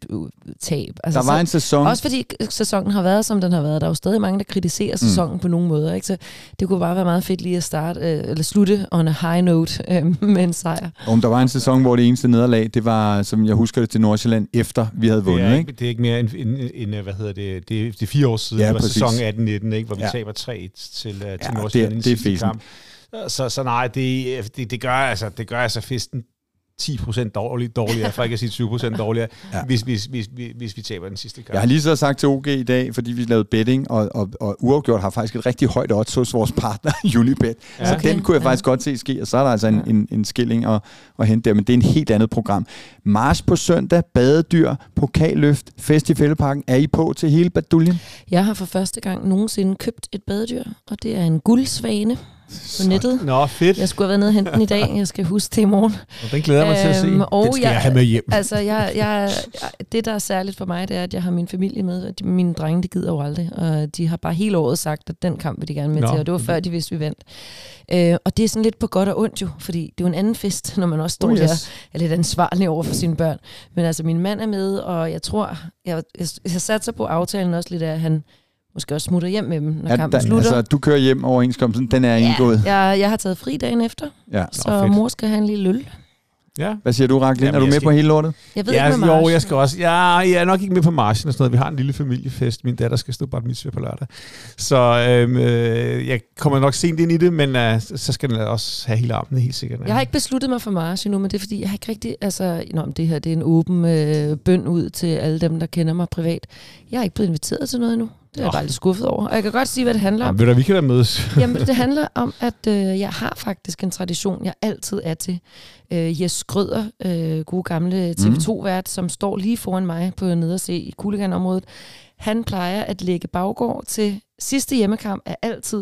tab. Altså, der var så, en sæson. Også fordi sæsonen har været, som den har været. Der er jo stadig mange, der kritiserer sæsonen mm. på nogle måder. Ikke? Så det kunne bare være meget fedt lige at starte, øh, eller slutte on a high note øh, med en sejr. Om der var en sæson, hvor det eneste nederlag, det var, som jeg husker det, til Nordsjælland, efter vi havde vundet, det er, ikke? Det er ikke mere end, end, end hvad hedder det, det er, det er fire år siden, ja, det var præcis. Sæson atten nitten, ikke, hvor vi ja. taber tre et til, uh, til ja, Nordsjælland det, det er sidste kamp. Så, så nej, det, det, det, gør, altså, det gør altså festen ti procent dårlig, dårligere, for ikke at sige tyve procent dårligere, ja. hvis, hvis, hvis, hvis, hvis vi taber den sidste kamp. Jeg har lige så sagt til O G i dag, fordi vi lavede betting, og, og, og uafgjort har faktisk et rigtig højt odds hos vores partner, Unibet. Ja. Så okay. den kunne jeg faktisk ja. godt se ske, og så er der altså en, en, en skilling at, at hente der, men det er en helt andet program. March på søndag, badedyr, pokalløft, fest i Fældeparken. Er I på til hele baduljen? Jeg har for første gang nogensinde købt et badedyr, og det er en guldsvane på nettet. Nå, fedt. Jeg skulle have været nede og hente den i dag. Jeg skal huske det i morgen. Og den glæder mig øhm, til at se. Og den skal jeg, jeg have med hjem. Altså, jeg, jeg, det, der er særligt for mig, det er, at jeg har min familie med. De, mine drenge, de gider jo aldrig. Og de har bare hele året sagt, at den kamp vil de gerne med Nå. til. Og det var før, de vidste, vi vandt. Øh, og det er sådan lidt på godt og ondt jo. Fordi det er jo en anden fest, når man også står oh, yes. der er lidt ansvarlig over for sine børn. Men altså, min mand er med, og jeg tror, jeg, jeg, jeg satser på aftalen også lidt af, at han måske også smutter hjem med dem, når ja, kampen slutter. Altså, du kører hjem overenskomsten, den er ja, indgået. Jeg, jeg har taget fri dagen efter, ja. så Nå, mor skal have en lille øl. Ja. Hvad siger du, Raklin? Er du med skal... på hele lortet? Jeg ved ja, ikke med Jo, jeg skal også. Ja, jeg er nok ikke med på marchen og sådan noget. Vi har en lille familiefest. Min datter skal stå bare mitzvah på lørdag. Så øhm, øh, jeg kommer nok sent ind i det, men øh, så skal den også have hele armen, helt sikkert. Jeg har ikke besluttet mig for march endnu, men det er fordi, jeg har ikke rigtig... Altså, nå, det her det er en åben øh, bøn ud til alle dem, der kender mig privat. Jeg er ikke blevet inviteret til noget endnu. Det er jeg bare lidt skuffet over. Og jeg kan godt sige, hvad det handler om. Ja, ved du, vi kan da mødes. Jamen, det handler om, at øh, jeg har faktisk en tradition, jeg altid er til. Øh, Jes Skrøder, øh, gode gamle T V to-vært, som står lige foran mig på nederse i Kuligan-området. Han plejer at lægge baggård til sidste hjemmekamp er altid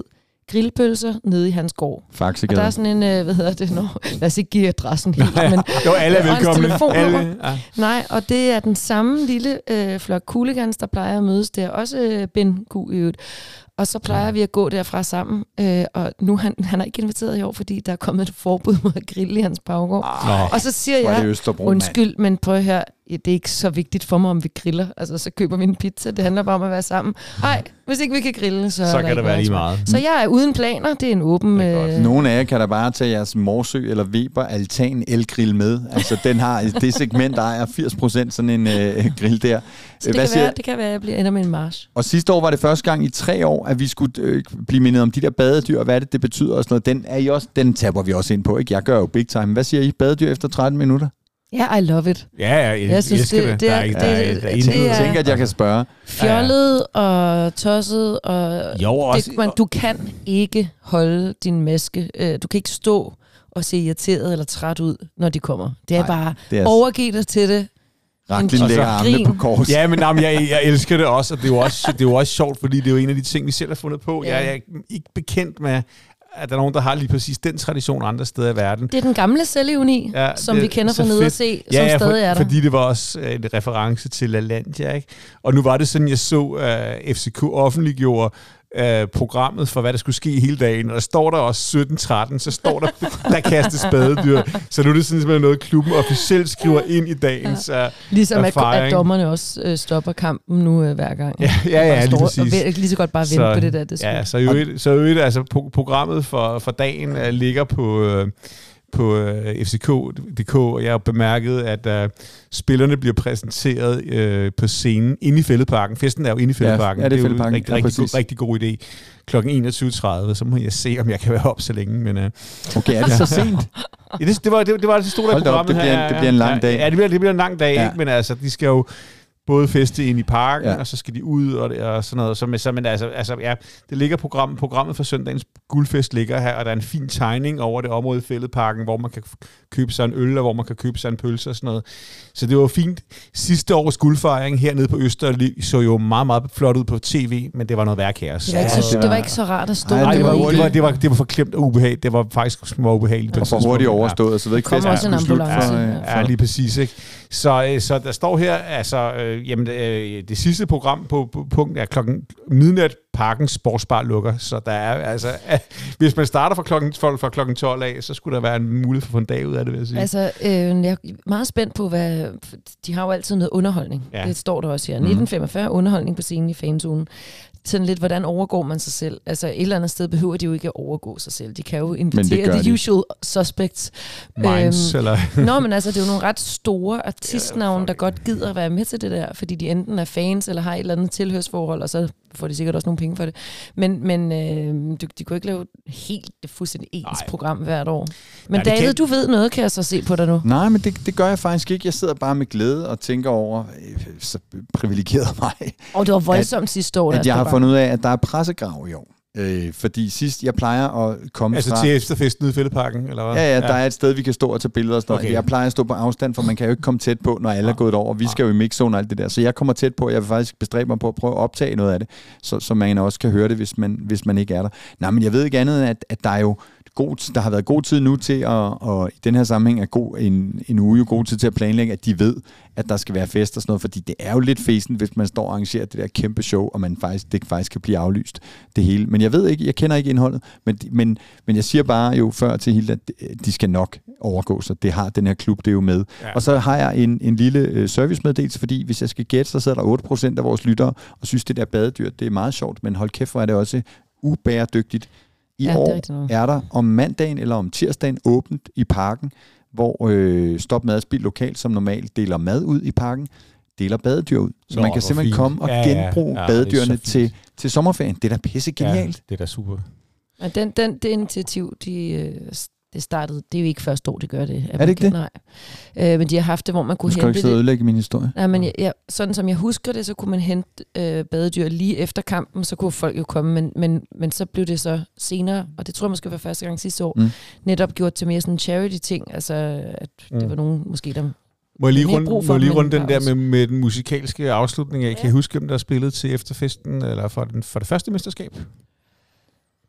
grillpølser nede i hans gård. Faxegade. Og der er sådan en, øh, hvad hedder det nu? Lad os ikke give adressen helt, men jo, alle er velkomne. Alle, ja. Nej, og det er den samme lille øh, flok hooligans, der plejer at mødes der. Også øh, Ben Q i øvrigt. Og så plejer ja. vi at gå derfra sammen. Øh, og nu han, han er ikke inviteret i år, fordi der er kommet et forbud mod at grille i hans baggård. Ah, og så siger jeg, Østerbro, undskyld, men prøv at høre, det er ikke så vigtigt for mig, om vi griller. Altså, så køber vi en pizza. Det handler bare om at være sammen. Nej, hvis ikke vi kan grille, så, så kan det være lige meget. Så jeg er uden planer. Det er en åben... Øh... Nogle af jer kan da bare tage jeres Morsø eller Weber altan elgrill med. Altså, den har det segment, der ejer firs procent sådan en øh, grill der. Så det, Hvad kan siger? være, det kan være, at jeg bliver ender med en march. Og sidste år var det første gang i tre år, at vi skulle øh, blive mindet om de der badedyr, og hvad det, det betyder og sådan noget. Den, er I også, den tapper vi også ind på, ikke? Jeg gør jo big time. Hvad siger I? Badedyr efter tretten minutter? Ja, yeah, I love it. Ja, ja, jeg, jeg synes, elsker det. det. det, er, det, er, det, er, det, det er, jeg tænker, at jeg kan spørge. Fjollet og tosset, og jo, også, det, man, du kan ikke holde din maske. Du kan ikke stå og se irriteret eller træt ud, når de kommer. Det er Nej, bare det er... overgive dig til det. Raglen lægger armene på kors. Ja, men jamen, jeg, jeg elsker det også, og det er jo også, det er jo også sjovt, fordi det er jo en af de ting, vi selv har fundet på. Ja. Jeg, jeg er ikke bekendt med, at der er nogen, der har lige præcis den tradition andre steder i verden. Det er den gamle selvevni, ja, som vi kender fra nede at se, ja, som ja, stadig for, er der. Fordi det var også en reference til LaLandia, ikke? Og nu var det sådan, jeg så, at uh, F C K offentliggjorde Uh, programmet for, hvad der skulle ske hele dagen, og der står der også sytten tretten, så står der, der kastes spadedyr. Så nu er det sådan noget, klubben officielt skriver ind i dagens ja. uh, Ligesom at, at dommerne også uh, stopper kampen nu uh, hver gang. Ja, ja, ja, lige præcis. Og vil, lige så godt bare vente så, på det der. Det ja, så jo et, så jo et, altså programmet for, for dagen uh, ligger på... Uh, på uh, F C K punktum d k, og jeg har bemærket, at uh, spillerne bliver præsenteret uh, på scenen inde i Fælledparken. Festen er jo inde i Fælledparken. Ja, ja, det er, det er jo en rigtig, ja, rigtig, god, rigtig god idé. klokken enogtyve tredive, så må jeg se, om jeg kan være op så længe. Men, uh, okay, er det så sent? Ja, det, det, var, det, det var det store af programmet op, det bliver, her. Det bliver en lang dag. Ja, det bliver, det bliver en lang dag, ja. Ikke? Men altså, de skal jo både feste ind i parken, ja. Og så skal de ud og, det, og sådan noget. Så, med, så, men altså, altså, ja, det ligger program, programmet for søndagens guldfest ligger her, og der er en fin tegning over det område i Fælledparken, hvor man kan købe sig en øl, og hvor man kan købe sig en pølse og sådan noget. Så det var fint. Sidste års guldfejring hernede på Øster så jo meget, meget flot ud på tv, men det var noget værk her. Det var ikke så, det var ikke så rart at stå. Nej, det var, det var, det var, det var forklemt og ubehageligt. Det var faktisk små ubehageligt. Og for hurtigt overstået, så det ikke kommer også en ambulance. Ja, lige præcis, ikke? Så, så der står her, altså, øh, jamen, øh, det sidste program på, på punkt er klokken midnat, Parkens sportsbar lukker, så der er altså, øh, hvis man starter fra klokken, fra klokken tolv af, så skulle der være en mulighed for at få en dag ud af det, vil jeg sige. Altså, øh, jeg er meget spændt på, hvad, de har jo altid noget underholdning, ja. Det står der også her, nitten femogfyrre underholdning på scenen i fanzonen. Sådan lidt, hvordan overgår man sig selv? Altså et eller andet sted behøver de jo ikke at overgå sig selv. De kan jo invitere the de. usual suspects. Minds, øhm, eller? Nå, men altså, det er jo nogle ret store artistnavne, der godt gider at være med til det der, fordi de enten er fans, eller har et eller andet tilhørsforhold, og så får de sikkert også nogle penge for det. Men, men øh, de, de kunne ikke lave helt det fuldstændig ens program hvert år. Men Nej, David, kan... du ved noget, kan jeg så se på dig nu? Nej, men det, det gør jeg faktisk ikke. Jeg sidder bare med glæde og tænker over, øh, så privilegeret mig. Og det var voldsomt at, sidste år. At jeg har fundet ud af, at der er pressegrav i år. Øh, fordi sidst, jeg plejer at komme altså fra... til efterfesten ude i Fælledparken, eller hvad? Ja, ja, der ja. er et sted, vi kan stå og tage billeder og sådan okay. noget. Jeg plejer at stå på afstand, for man kan jo ikke komme tæt på, når alle ja. er gået over. Vi skal jo i mixzone og alt det der. Så jeg kommer tæt på, jeg vil faktisk bestræbe mig på at prøve at optage noget af det, så, så man også kan høre det, hvis man, hvis man ikke er der. Nej, men jeg ved ikke andet, at, at der er jo god, der har været god tid nu til at, og i den her sammenhæng er god, en, en uge jo god tid til at planlægge, at de ved, at der skal være fest og sådan noget, fordi det er jo lidt fesen, hvis man står og arrangerer det der kæmpe show, og man faktisk, det faktisk kan blive aflyst, det hele. Men jeg ved ikke, jeg kender ikke indholdet, men, men, men jeg siger bare jo før til Hilda, at de skal nok overgå sig. Det har den her klub, det er jo med. Ja. Og så har jeg en, en lille servicemeddelelse, fordi hvis jeg skal gætte, så sidder der otte procent af vores lyttere og synes, det der badedyr, det er meget sjovt, men hold kæft, hvor er det også ubæredygtigt. I ja, år er, er der om mandagen eller om tirsdagen åbent i parken, hvor øh, Stop Mad og Spild Lokalt, som normalt deler mad ud i parken, deler badedyr ud. Så Nå, man kan simpelthen fint. komme og ja, genbruge ja, ja, badedyrene til, til sommerferien. Det er da pisse genialt. Ja, det er da super. Men den, den, det initiativ, de... Øh, det startede, det er jo ikke første år, det gør det. Er det ikke det? Nej. Øh, men de har haft det, hvor man kunne hente det. Du skal ikke så ødelægge min historie. Nej, men jeg, jeg, sådan som jeg husker det, så kunne man hente øh, badedyr lige efter kampen, så kunne folk jo komme, men, men, men så blev det så senere, og det tror jeg måske var første gang sidste år, mm. netop gjort til mere sådan en charity-ting, altså at mm. det var nogen måske, der... Må jeg lige runde, må jeg lige runde den der med, med den musikalske afslutning? Jeg ja. kan huske, hvem der spillede til efterfesten, eller for, den, for det første mesterskab?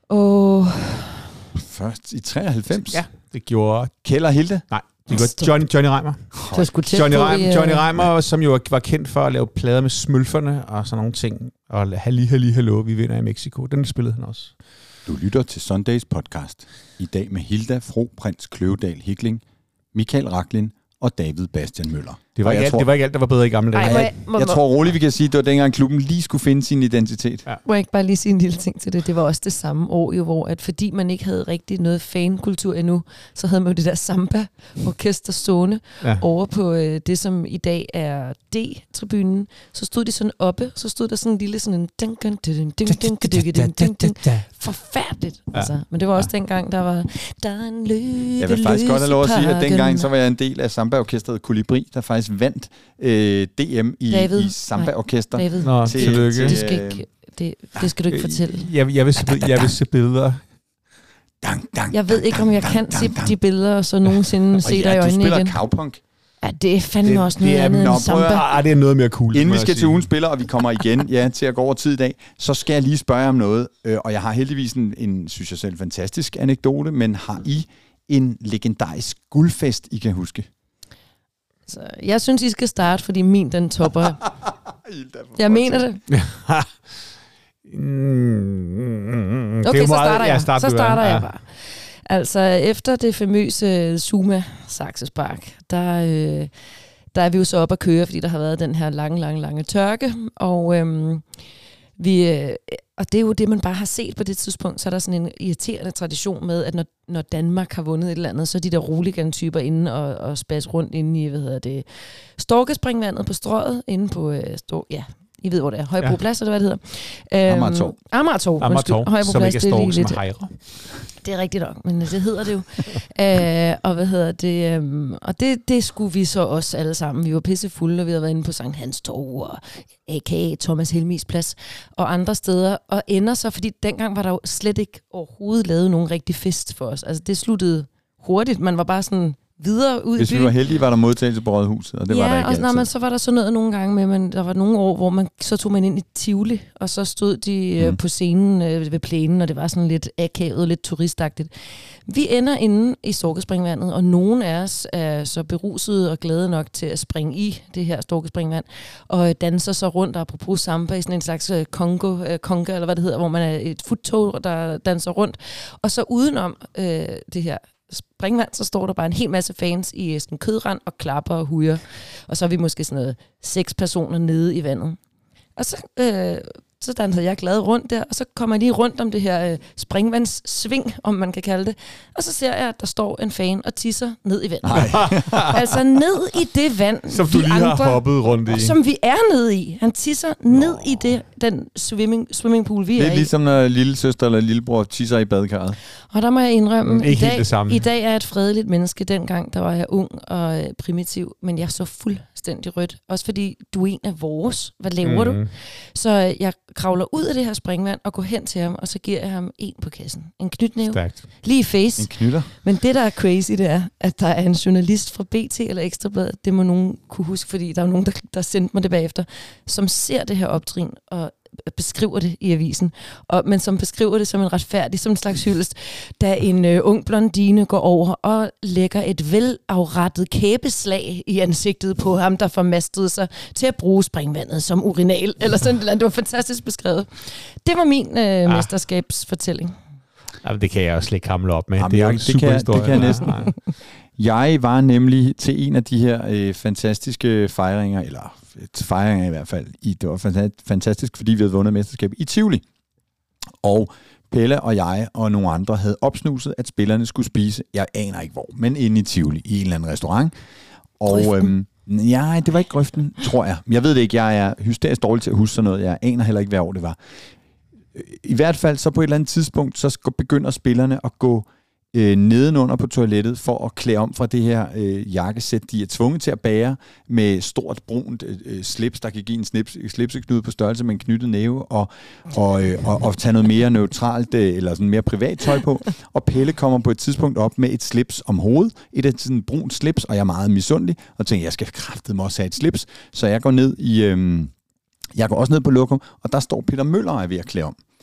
Åh... Oh. Først i treoghalvfems? Ja, det gjorde... Kjeld og Hilde? Nej, det gjorde Johnny, Johnny Reimer. Johnny Reimer, Johnny Reimer, som jo var kendt for at lave plader med Smølferne og sådan nogle ting. Og Halli, Halli, Hallo, vi vinder i Mexico. Den spillede han også. Du lytter til Sundays podcast. I dag med Hilda Fro Prins Kløvedal Hikling, Michael Raklin og David Bastian Møller. Det var, ikke alt, tror, det var ikke alt, der var bedre i gamle dage. Jeg, jeg, jeg, jeg tror roligt, vi kan sige, at det var dengang klubben lige skulle finde sin identitet. Ja. Må jeg ikke bare lige sige en lille ting til det? Det var også det samme år, jo, hvor at fordi man ikke havde rigtig noget fankultur endnu, så havde man jo det der samba-orkester stående ja. over på øh, det, som i dag er D-tribunen. Så stod de sådan oppe, så stod der sådan en lille sådan en... Forfærdeligt. Ja. Altså. Men det var også ja. dengang, der var... Der er en løbe, jeg vil faktisk godt have lov at sige, at dengang så var jeg en del af samba-orkestret Kolibri, der faktisk vandt øh, D M i, David, i samba-orkester. David, Nå, til, til, det, skal ikke, det, det skal du ikke fortælle. Jeg, jeg, vil, se, jeg vil se billeder. Dang, dang, jeg ved ikke, om jeg kan se de billeder, og så nogensinde se dig i øjnene igen. Og ja, du spiller cowpunk. Ja, det er fandme det, også noget det er, andet end samba. Ah, det er noget mere cool. Inden vi skal til ugens spiller, og vi kommer igen ja, til at gå over tid i dag, så skal jeg lige spørge om noget. Og jeg har heldigvis en, en synes jeg selv, fantastisk anekdote, men har I en legendarisk guldfest, I kan huske? Så jeg synes, I skal starte, fordi min, den topper. Jeg mener det. Okay, så starter jeg. Så starter jeg bare. Altså, efter det famøse Zuma Saxespark, der, øh, der er vi jo så op at køre, fordi der har været den her lange, lange, lange tørke. Og, øhm, vi, øh, og det er jo det, man bare har set på det tidspunkt. Så er der sådan en irriterende tradition med, at når, når Danmark har vundet et eller andet, så er de der roligans-typer inde og, og spas rundt inde i, hvad hedder det, Storkespringvandet på Strøget, inde på, øh, Stor, ja, I ved, hvor det er. Højbro ja. Plads, eller hvad det hedder. Amagertorv. Amagertorv. Amagertorv, som ikke er Storke, som er Hejre. Det er rigtigt nok, men det hedder det jo. Æh, og hvad hedder det? Øhm, og det, det skulle vi så også alle sammen. Vi var pissefulde, og vi havde været inde på Sankt Hans Torv, og A K A Thomas Helmis Plads, og andre steder. Og ender så, fordi dengang var der jo slet ikke overhovedet lavet nogen rigtig fest for os. Altså det sluttede hurtigt. Man var bare sådan... videre ud Hvis i vi var heldige, var der modtagelse på Rådhuset, og det ja, var der ikke og, altid. Ja, men så var der så noget nogle gange med, men der var nogle år, hvor man så tog man ind i Tivoli, og så stod de mm. på scenen øh, ved plænen, og det var sådan lidt akavet, lidt turistagtigt. Vi ender inde i Storkespringvandet, og nogen af os er så berusede og glade nok til at springe i det her Storkespringvand, og danser så rundt, apropos samba, i sådan en slags kongo, øh, konga, eller hvad det hedder, hvor man er et futtog, der danser rundt. Og så udenom øh, det her springvand, så står der bare en hel masse fans i sådan kødrand og klapper og hujer. Og så er vi måske sådan noget seks personer nede i vandet. Og så, øh, så danser jeg glad rundt der, og så kommer jeg lige rundt om det her øh, springvandssving, om man kan kalde det. Og så ser jeg, at der står en fan og tisser ned i vandet. Altså ned i det vand, som du lige andre, har hoppet rundt i. Som vi er nede i. Han tisser ned i det, den swimming, swimmingpool, vi det er, er i. Det er ligesom, når lille søster eller lillebror tisser i badekarret. Og der må jeg indrømme, mm, i, dag, i dag er jeg et fredeligt menneske. Dengang, der var jeg ung og primitiv, men jeg så fuldstændig rødt. Også fordi du er en af vores. Hvad laver mm. du? Så jeg kravler ud af det her springvand og går hen til ham, og så giver jeg ham en på kassen. En knytnæve. Stærkt. Lige i face. En knytter. Men det, der er crazy, det er, at der er en journalist fra B T eller Ekstrabladet, det må nogen kunne huske, fordi der er nogen, der, der sendte mig det bagefter, som ser det her optrin og beskriver det i avisen, og, men som beskriver det som en retfærdig, som en slags hyldest, da en øh, ung blondine går over og lægger et velafrettet kæbeslag i ansigtet på ham, der formastede sig til at bruge springvandet som urinal, eller sådan noget. Det var fantastisk beskrevet. Det var min øh, ah. mesterskabsfortælling. Jamen, det kan jeg også slet ikke hamle op med. Jamen, det er jo en det super kan, historie. Det kan jeg næsten. Jeg var nemlig til en af de her øh, fantastiske fejringer, eller fejringer i hvert fald. I, det var fantastisk, fordi vi havde vundet mesterskab i Tivoli. Og Pelle og jeg og nogle andre havde opsnuset, at spillerne skulle spise, jeg aner ikke hvor, men inde i Tivoli, i en eller anden restaurant. Og øhm, ja, det var ikke Grøften, tror jeg. Jeg ved det ikke, jeg er hysterisk dårlig til at huske sådan noget. Jeg aner heller ikke, hvad år det var. I hvert fald så på et eller andet tidspunkt, så begynder spillerne at gå øh, nedenunder på toilettet for at klæde om fra det her øh, jakkesæt, de er tvunget til at bære med stort brunt øh, slips, der kan give en slips, slipseknude på størrelse med en knyttet næve, og, og, øh, og, og tage noget mere neutralt øh, eller sådan mere privat tøj på. Og Pelle kommer på et tidspunkt op med et slips om hovedet, et af sådan brunt slips, og jeg er meget misundelig, og tænker, jeg skal kraftedeme også have et slips, så jeg går ned i... Øh, jeg går også ned på lokum, og der står Peter Møller og er ved at klæde om.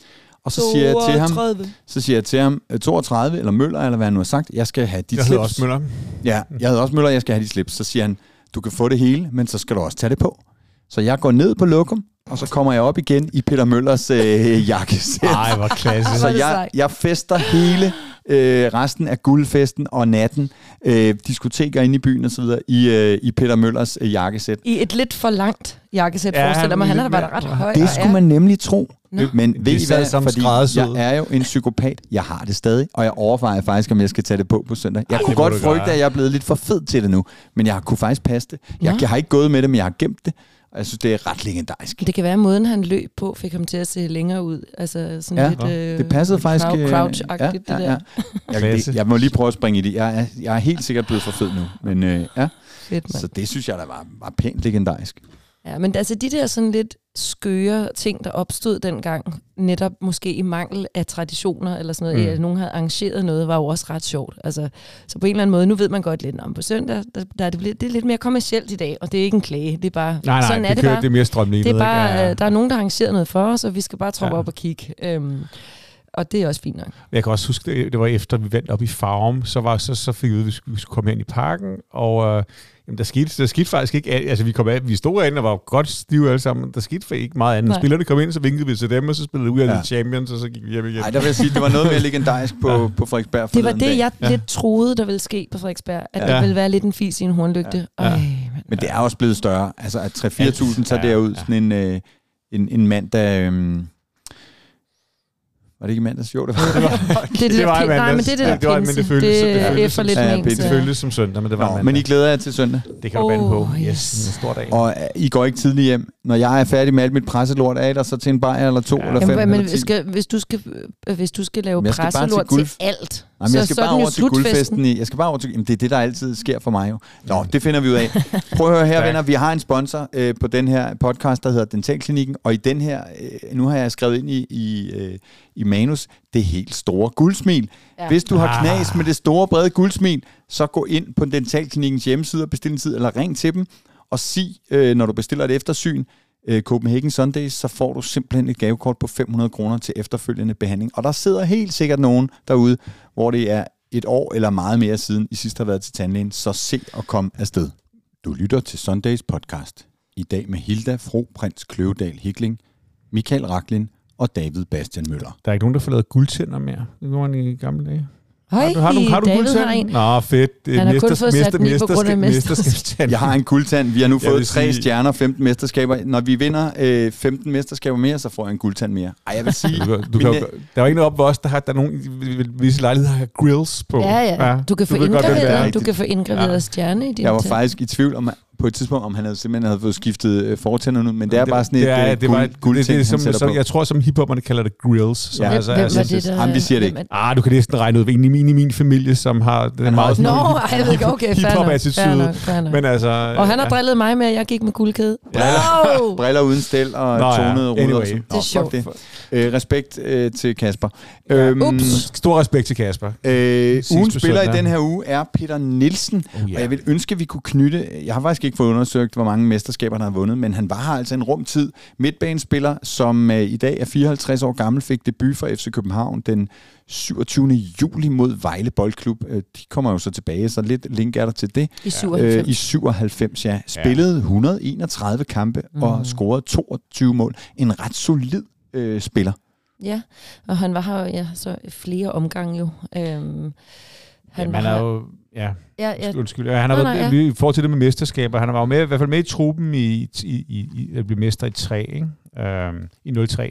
Og så siger jeg til ham, så siger jeg til ham, toogtredive eller Møller, eller hvad han nu har sagt, jeg skal have dit jeg slips. Jeg også Møller. Ja, jeg havde også Møller, jeg skal have dit slips. Så siger han, du kan få det hele, men så skal du også tage det på. Så jeg går ned på lokum, og så kommer jeg op igen i Peter Møllers øh, jakkesæt. Ej, hvor klasse. Så jeg, jeg fester hele øh, resten af guldfesten og natten, øh, diskoteker inde i byen og så videre, i, øh, i Peter Møllers øh, jakkesæt. I et lidt for langt jakkesæt, ja, forestiller mig. Han har været ret høj. Det skulle man nemlig tro. Nå. Men ved I hvad, fordi skræddersød. Jeg er jo en psykopat. Jeg har det stadig, og jeg overvejer faktisk, om jeg skal tage det på på søndag. Jeg Ej, kunne godt frygte, at jeg er blevet lidt for fed til det nu, men jeg kunne faktisk passe det. Jeg, jeg har ikke gået med det, men jeg har gemt det. Og jeg synes, det er ret legendarisk. Det kan være, at måden, han løb på, fik ham til at se længere ud. Altså sådan ja, lidt... Øh, det passede faktisk... Crouch-agtigt, ja, ja, ja. det der. Jeg, jeg må lige prøve at springe i det. Jeg er, jeg er helt sikkert blevet for fed nu. Men øh, ja, Fedt, så det synes jeg, der var, var pænt legendarisk. Ja, men altså de der sådan lidt skøre ting, der opstod dengang, netop måske i mangel af traditioner eller sådan noget, mm. at nogen havde arrangeret noget, var jo også ret sjovt. Altså, så på en eller anden måde, nu ved man godt lidt om på søndag, der, der er det, det er lidt mere kommercielt i dag, og det er ikke en klage, det er bare, nej, nej, sådan det er det kører, bare. Det er mere strømlignet. Det er bare, ja, ja. Der er nogen, der har arrangeret noget for os, og vi skal bare troppe ja. op og kigge. Øhm, og det er også fint nok. Jeg kan også huske, det, det var efter, vi vandt op i Farum, så, var, så, så fik vi ud, at vi skulle, vi skulle komme ind i parken, og... Øh, Jamen, der skete, der skete faktisk ikke... Altså, vi kom af, vi stod herinde og var godt stive alle sammen. Der skete ikke meget andet. Nej. Spillerne kom ind, så vinkede vi til dem, og så spillede vi ud af ja. Champions, og så gik vi hjem igen. Nej, der vil jeg sige, det var noget mere legendarisk på, ja. på Frederiksberg. Det var det, jeg ja. lidt troede, der ville ske på Frederiksberg. At ja. der ville være lidt en fis i en hornlygte. Ja. Øj, men, men det er også blevet større. Altså, at tre til fire tusind tager ja. derud. Sådan en, øh, en, en mand, der... Øh, Var det ikke mandags? Jo, det var det. Var, det, det, det var i mandags. Nej, men det er det der ja, pinse. Det, det føltes, det føltes, som, lidt ja, det føltes som søndag, men det var Nå, mandag. Men I glæder jer til søndag? Det kan du bande på. Yes, yes. En stor dag. Og uh, I går ikke tidligt hjem. Når jeg er færdig med alt mit presselort, er der så til en bajer eller to ja. eller fem Jamen, men eller ti? skal, hvis, du skal, hvis du skal lave presselort til, til alt, nej, jeg skal så bare over til guldfesten. I, jeg skal bare over til... Jamen, det er det, der altid sker for mig jo. Nå, det finder vi ud af. Prøv at høre her, venner. Vi har en sponsor øh, på den her podcast, der hedder Dentalklinikken. Og i den her... Øh, nu har jeg skrevet ind i, i, øh, i manus, det helt store guldsmil. Ja. Hvis du har knas med det store, brede guldsmil, så gå ind på Dentalklinikkens hjemmeside og bestil en tid, eller ring til dem og sig, øh, når du bestiller et eftersyn, øh, Copenhagen Sundays, så får du simpelthen et gavekort på fem hundrede kroner til efterfølgende behandling. Og der sidder helt sikkert nogen derude, hvor det er et år eller meget mere siden, I sidst har været til tandlægen, så se og kom afsted. Du lytter til Sundays podcast. I dag med Hilda Fro Prins Kløvedal Hikling, Michael Raklin og David Bastian Møller. Der er ikke nogen, der får lavet guldtænder mere. Det var i gamle dage. Høj, har du, har du, har du guldtand? Nå, fedt. Han har kun fået sat den i på grund af mesterskabstand. Jeg har en guldtand. Vi har nu fået tre sige... stjerner, femten mesterskaber. Når vi vinder øh, femten mesterskaber mere, så får jeg en guldtand mere. Ej, jeg vil sige... Du, du kan, der er ikke noget op for os, der har der nogen visse lejligheder, der har grills på. Ja, ja. Du kan få indgraveret, du kan få indgraveret ja. stjerne i din Jeg var tand. faktisk i tvivl om, på et tidspunkt, om han havde simpelthen havde fået skiftet øh, fortænder nu, men det er det, bare sådan et det er, det var, guld, det, det, det, som, så, jeg tror, som hiphopperne kalder det grills. Som ja. altså, hvem altså, var det, der... Jamen, vi siger det ikke. Ah, du kan næsten regne ud, en i min, i min familie, som har den meget Nå, jeg ved ikke, okay, hip-hop-attitude. Men altså... Og han har drillet mig med, at jeg gik med guldkæde. Briller, briller uden stel og Nå, tonede ruder. Anyway. Det er sjovt. Øh, respekt øh, til Kasper. Ja. Øhm, Ups. Stor respekt til Kasper. Øh, ugens spiller i den her uge er Peter Nielsen, oh, yeah. og jeg vil ønske, at vi kunne knytte... Jeg har faktisk ikke fået undersøgt, hvor mange mesterskaber, han har vundet, men han var her altså en rumtid. Midtbanespiller, som øh, i dag er fireoghalvtreds år gammel, fik debut for F C København den syvogtyvende juli mod Vejle Boldklub. De kommer jo så tilbage, så lidt link er der til det. I syvoghalvfems. Øh, I syvoghalvfems, ja. Spillede et hundrede og enogtredive kampe mm. og scorede toogtyve mål. En ret solid øh, spiller. Ja, og han var her ja, så flere omgange jo. Øhm, han Jamen, er jo... Ja, ja, ja. undskyld. Han har været, ja. I forhold til det med mesterskaber, han var jo med, i hvert fald med i truppen i, i, i, i at blive mester i tre, ikke? Øhm, i nul tre.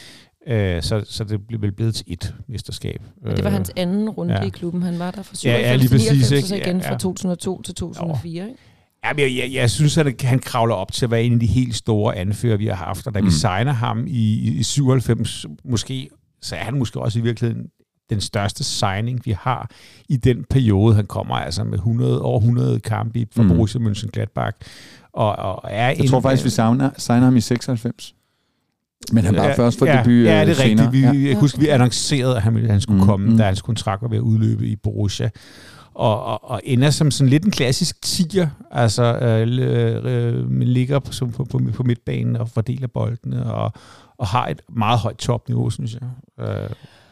Øh, så, så det blev vel blevet til et mesterskab. Og det var hans anden runde ja. i klubben. Han var der fra syvoghalvfems til nioghalvfems, og igen ja, ja. fra to tusind og to til to tusind og fire, ikke? Ja, jeg, jeg, jeg synes, at han kravler op til at være en af de helt store anfører, vi har haft. Og da mm. vi signer ham i, i syvoghalvfems, måske, så er han måske også i virkeligheden den største signing, vi har i den periode. Han kommer altså med hundrede, over hundrede kampe for mm. Borussia Mönchengladbach. Og, og er jeg en, tror faktisk, vi signer, signer ham i seksoghalvfems. Men han var ja, først for ja, debut Ja, det er senere. rigtigt. Vi, jeg husker, vi annoncerede, at han, han skulle mm. komme, mm. da hans kontrakt var ved at udløbe i Borussia. Og, og, og ender som sådan lidt en klassisk tier, altså øh, øh, ligger på, på, på, på midtbanen og fordeler boldene og, og har et meget højt topniveau, synes jeg. Øh.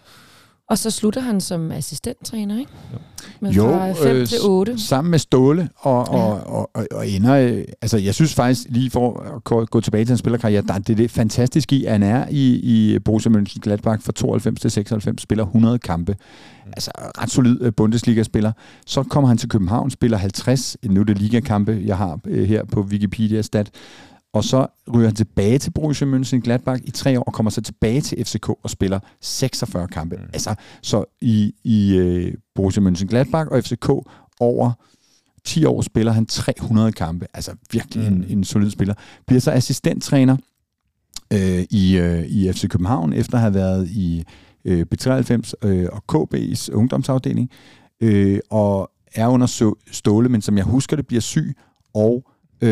Og så slutter han som assistenttræner, ikke? Men jo, fra fem til otte. Sammen med Ståle, og, ja. og, og, og, og ender... Øh, altså, jeg synes faktisk, lige for at gå, gå tilbage til en spillerkarriere, der er det, det fantastiske i, at han er i, i Borussia Mönchengladbach fra tooghalvfems til seksoghalvfems, spiller hundrede kampe. Mm. Altså, ret solid Bundesliga-spiller. Så kommer han til København, spiller halvtreds, nu er det ligakampe, jeg har øh, her på Wikipedia-stat. Og så ryger han tilbage til Borussia Mönchengladbach i tre år, og kommer så tilbage til F C K og spiller seksogfyrre kampe. Mm. Altså, så i, i uh, Borussia Mönchengladbach og F C K over ti år spiller han tre hundrede kampe. Altså virkelig mm. en, en solid spiller. Bliver så assistenttræner øh, i, øh, i F C København, efter at have været i øh, B treoghalvfems øh, og K B's ungdomsafdeling, øh, og er under Ståle, men som jeg husker det, bliver syg og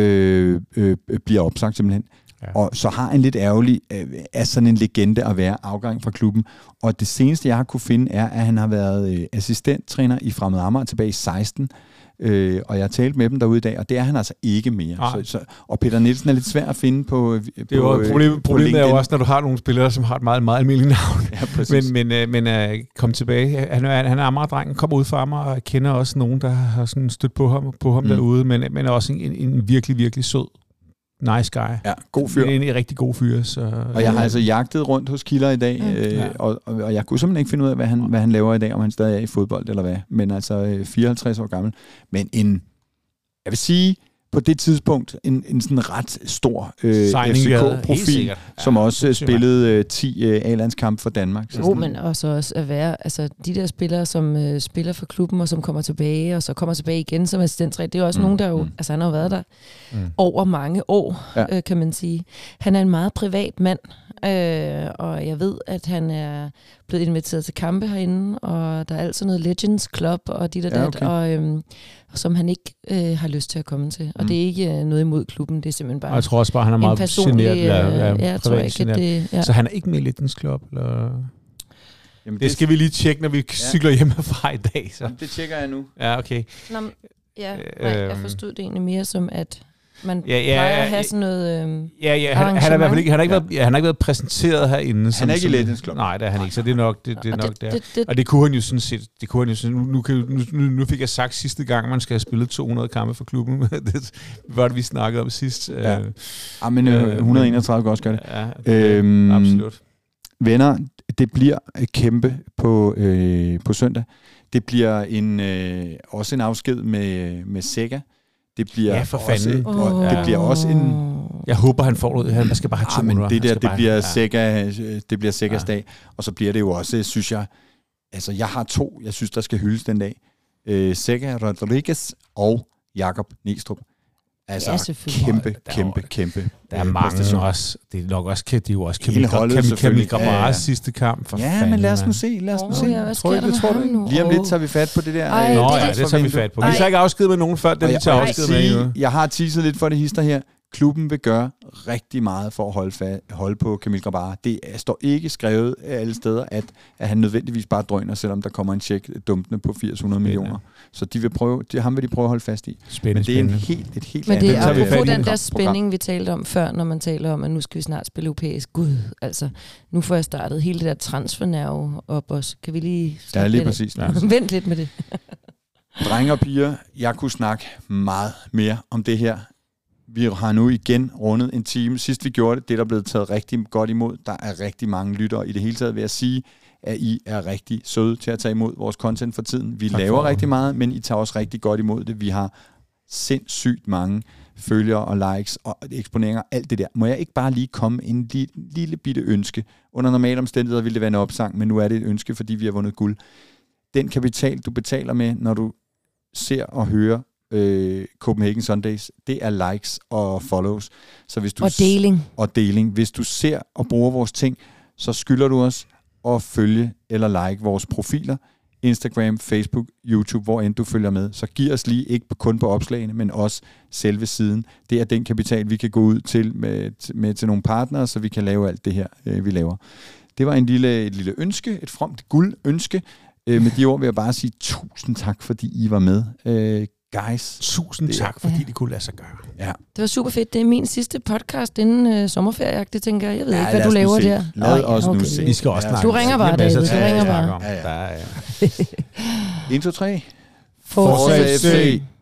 Øh, øh, bliver opsagt simpelthen. Ja. Og så har en lidt ærgerlig, øh, er sådan en legende at være afgang fra klubben. Og det seneste, jeg har kunne finde, er, at han har været øh, assistenttræner i Fremad Amager tilbage i seksten. Øh, og jeg har talt med dem derude i dag, og det er han altså ikke mere. Så, så, og Peter Nielsen er lidt svær at finde på. Det er jo, på, problem, problemet er jo også, når du har nogle spillere, som har et meget, meget almindeligt navn. Ja, men men, øh, men øh, kom tilbage. Han, han er Amager-drengen, kommer ud fra Amager, og kender også nogen, der har sådan stødt på ham, på ham mm. derude, men, men også en, en virkelig, virkelig sød nice guy. Ja, god fyr. En, en rigtig god fyr. Så, og jeg har altså jagtet rundt hos kilder i dag, mm. øh, ja. og, og, og jeg kunne simpelthen ikke finde ud af, hvad han, hvad han laver i dag, om han stadig er i fodbold eller hvad. Men altså fireoghalvtreds år gammel. Men en, jeg vil sige, på det tidspunkt, en, en sådan ret stor øh, F C K-profil, ja, som også spillede øh, ti øh, A-landskampe for Danmark. Så jo, men også, også at være, altså de der spillere, som øh, spiller for klubben, og som kommer tilbage, og så kommer tilbage igen som assistenttræner, det er også mm. nogen, der jo, mm. altså han har jo været der mm. over mange år, ja. øh, kan man sige. Han er en meget privat mand, øh, og jeg ved, at han er blevet inviteret til kampe herinde, og der er altså noget Legends Club, og dit og dat, ja, okay. og, øhm, som han ikke øh, har lyst til at komme til. Og mm. det er ikke øh, noget imod klubben, det er simpelthen bare. Og jeg tror også bare, han er meget generet. Øh, ja, ja, jeg tror ikke, at det, ja. Så han er ikke med i Legends Club? Eller? Jamen, det skal vi lige tjekke, når vi ja. cykler hjemmefra i dag. Så. Jamen, det tjekker jeg nu. Ja, okay. Nå, ja, nej, jeg forstod det egentlig mere som, at man ja, ja, plejer at have sådan noget øhm, ja, ja, han, han, er i hvert fald ikke, han, har ikke ja. været, ja, han har ikke været præsenteret herinde. Han som, er ikke i Legends Club. Nej, det er han ikke, så det er nok det, det, er og nok det, der. Det, det, og det kunne han jo sådan set. Det kunne han jo sådan, nu, nu, nu, nu fik jeg sagt sidste gang, man skal have spillet to hundrede kampe for klubben. Det var det, vi snakkede om sidst. Ja, ja men øh, et hundrede og enogtredive kan også gøre det. Ja, det øhm, absolut. Venner, det bliver kæmpe på, øh, på søndag. Det bliver en, øh, også en afsked med, med Sega. Det bliver ja, for fanden. Også, og det bliver også en. Jeg håber han får det. Han skal bare have to ah, men det der, det bare, bliver ja. Sega, det bliver Segas ja. dag, og så bliver det jo også, synes jeg. Altså, jeg har to, jeg synes der skal hyldes den dag. Øh, Sega Rodriguez og Jakob Næstrup. Altså ja, kæmpe, kæmpe, kæmpe. Der er mange også. Det er nok også det er jo også Kamil Grabaras ja, ja. sidste kamp. For ja, fanden, men lad os nu se. Lad os nu oh, se. Ja, tror du, det tror du ikke? Lige om lidt tager vi fat på det der. Ej, Nå ja, det tager vi fat på. Vi tager ikke afsked med nogen før, det vi tager afsked med. Jeg har teaset lidt for det hister her. Klubben vil gøre rigtig meget for at holde, fa- holde på Kamil Grabara. Det står ikke skrevet alle steder, at, at han nødvendigvis bare drøner, selvom der kommer en check dumpende på firs hundrede millioner. Så de vil prøve, det, ham vil de prøve at holde fast i. Spændende, Men det er en helt, et helt Men det er andet. apropos den der spænding, vi talte om før, når man taler om, at nu skal vi snart spille europæisk. Gud, altså, nu får jeg startet hele det der transfernerve op også. Kan vi lige... Ja, lige præcis. Ja. Vent lidt med det. Drenge og piger, jeg kunne snakke meget mere om det her. Vi har nu igen rundet en time. Sidst vi gjorde det, det er der blevet taget rigtig godt imod. Der er rigtig mange lyttere. I det hele taget vil jeg sige, at I er rigtig søde til at tage imod vores content for tiden. Vi tak laver rigtig meget, men I tager også rigtig godt imod det. Vi har sindssygt mange følgere og likes og eksponeringer, alt det der. Må jeg ikke bare lige komme en lille, lille bitte ønske? Under normale omstændigheder ville det være en opsang, men nu er det et ønske, fordi vi har vundet guld. Den kapital, du betaler med, når du ser og hører Øh, Copenhagen Sundays, det er likes og follows. Så hvis du og deling. S- og deling. Hvis du ser og bruger vores ting, så skylder du os at følge eller like vores profiler. Instagram, Facebook, YouTube, hvor end du følger med. Så giv os lige ikke kun på opslagene, men også selve siden. Det er den kapital, vi kan gå ud til med, med til nogle partnere, så vi kan lave alt det her, øh, vi laver. Det var en lille, et lille ønske, et fromt guldønske. Med de ord vil jeg bare sige tusind tak, fordi I var med. guys. Tusind tak, fordi ja. det kunne lade sig gøre. Ja. Det var super fedt. Det er min sidste podcast inden øh, sommerferie. Det tænker jeg. Jeg ved ja, ikke, hvad du laver der. Lad os okay. nu se. Vi skal også snakke. Du ringer bare, David. Du ringer bare. en, to, tre. Forza F C.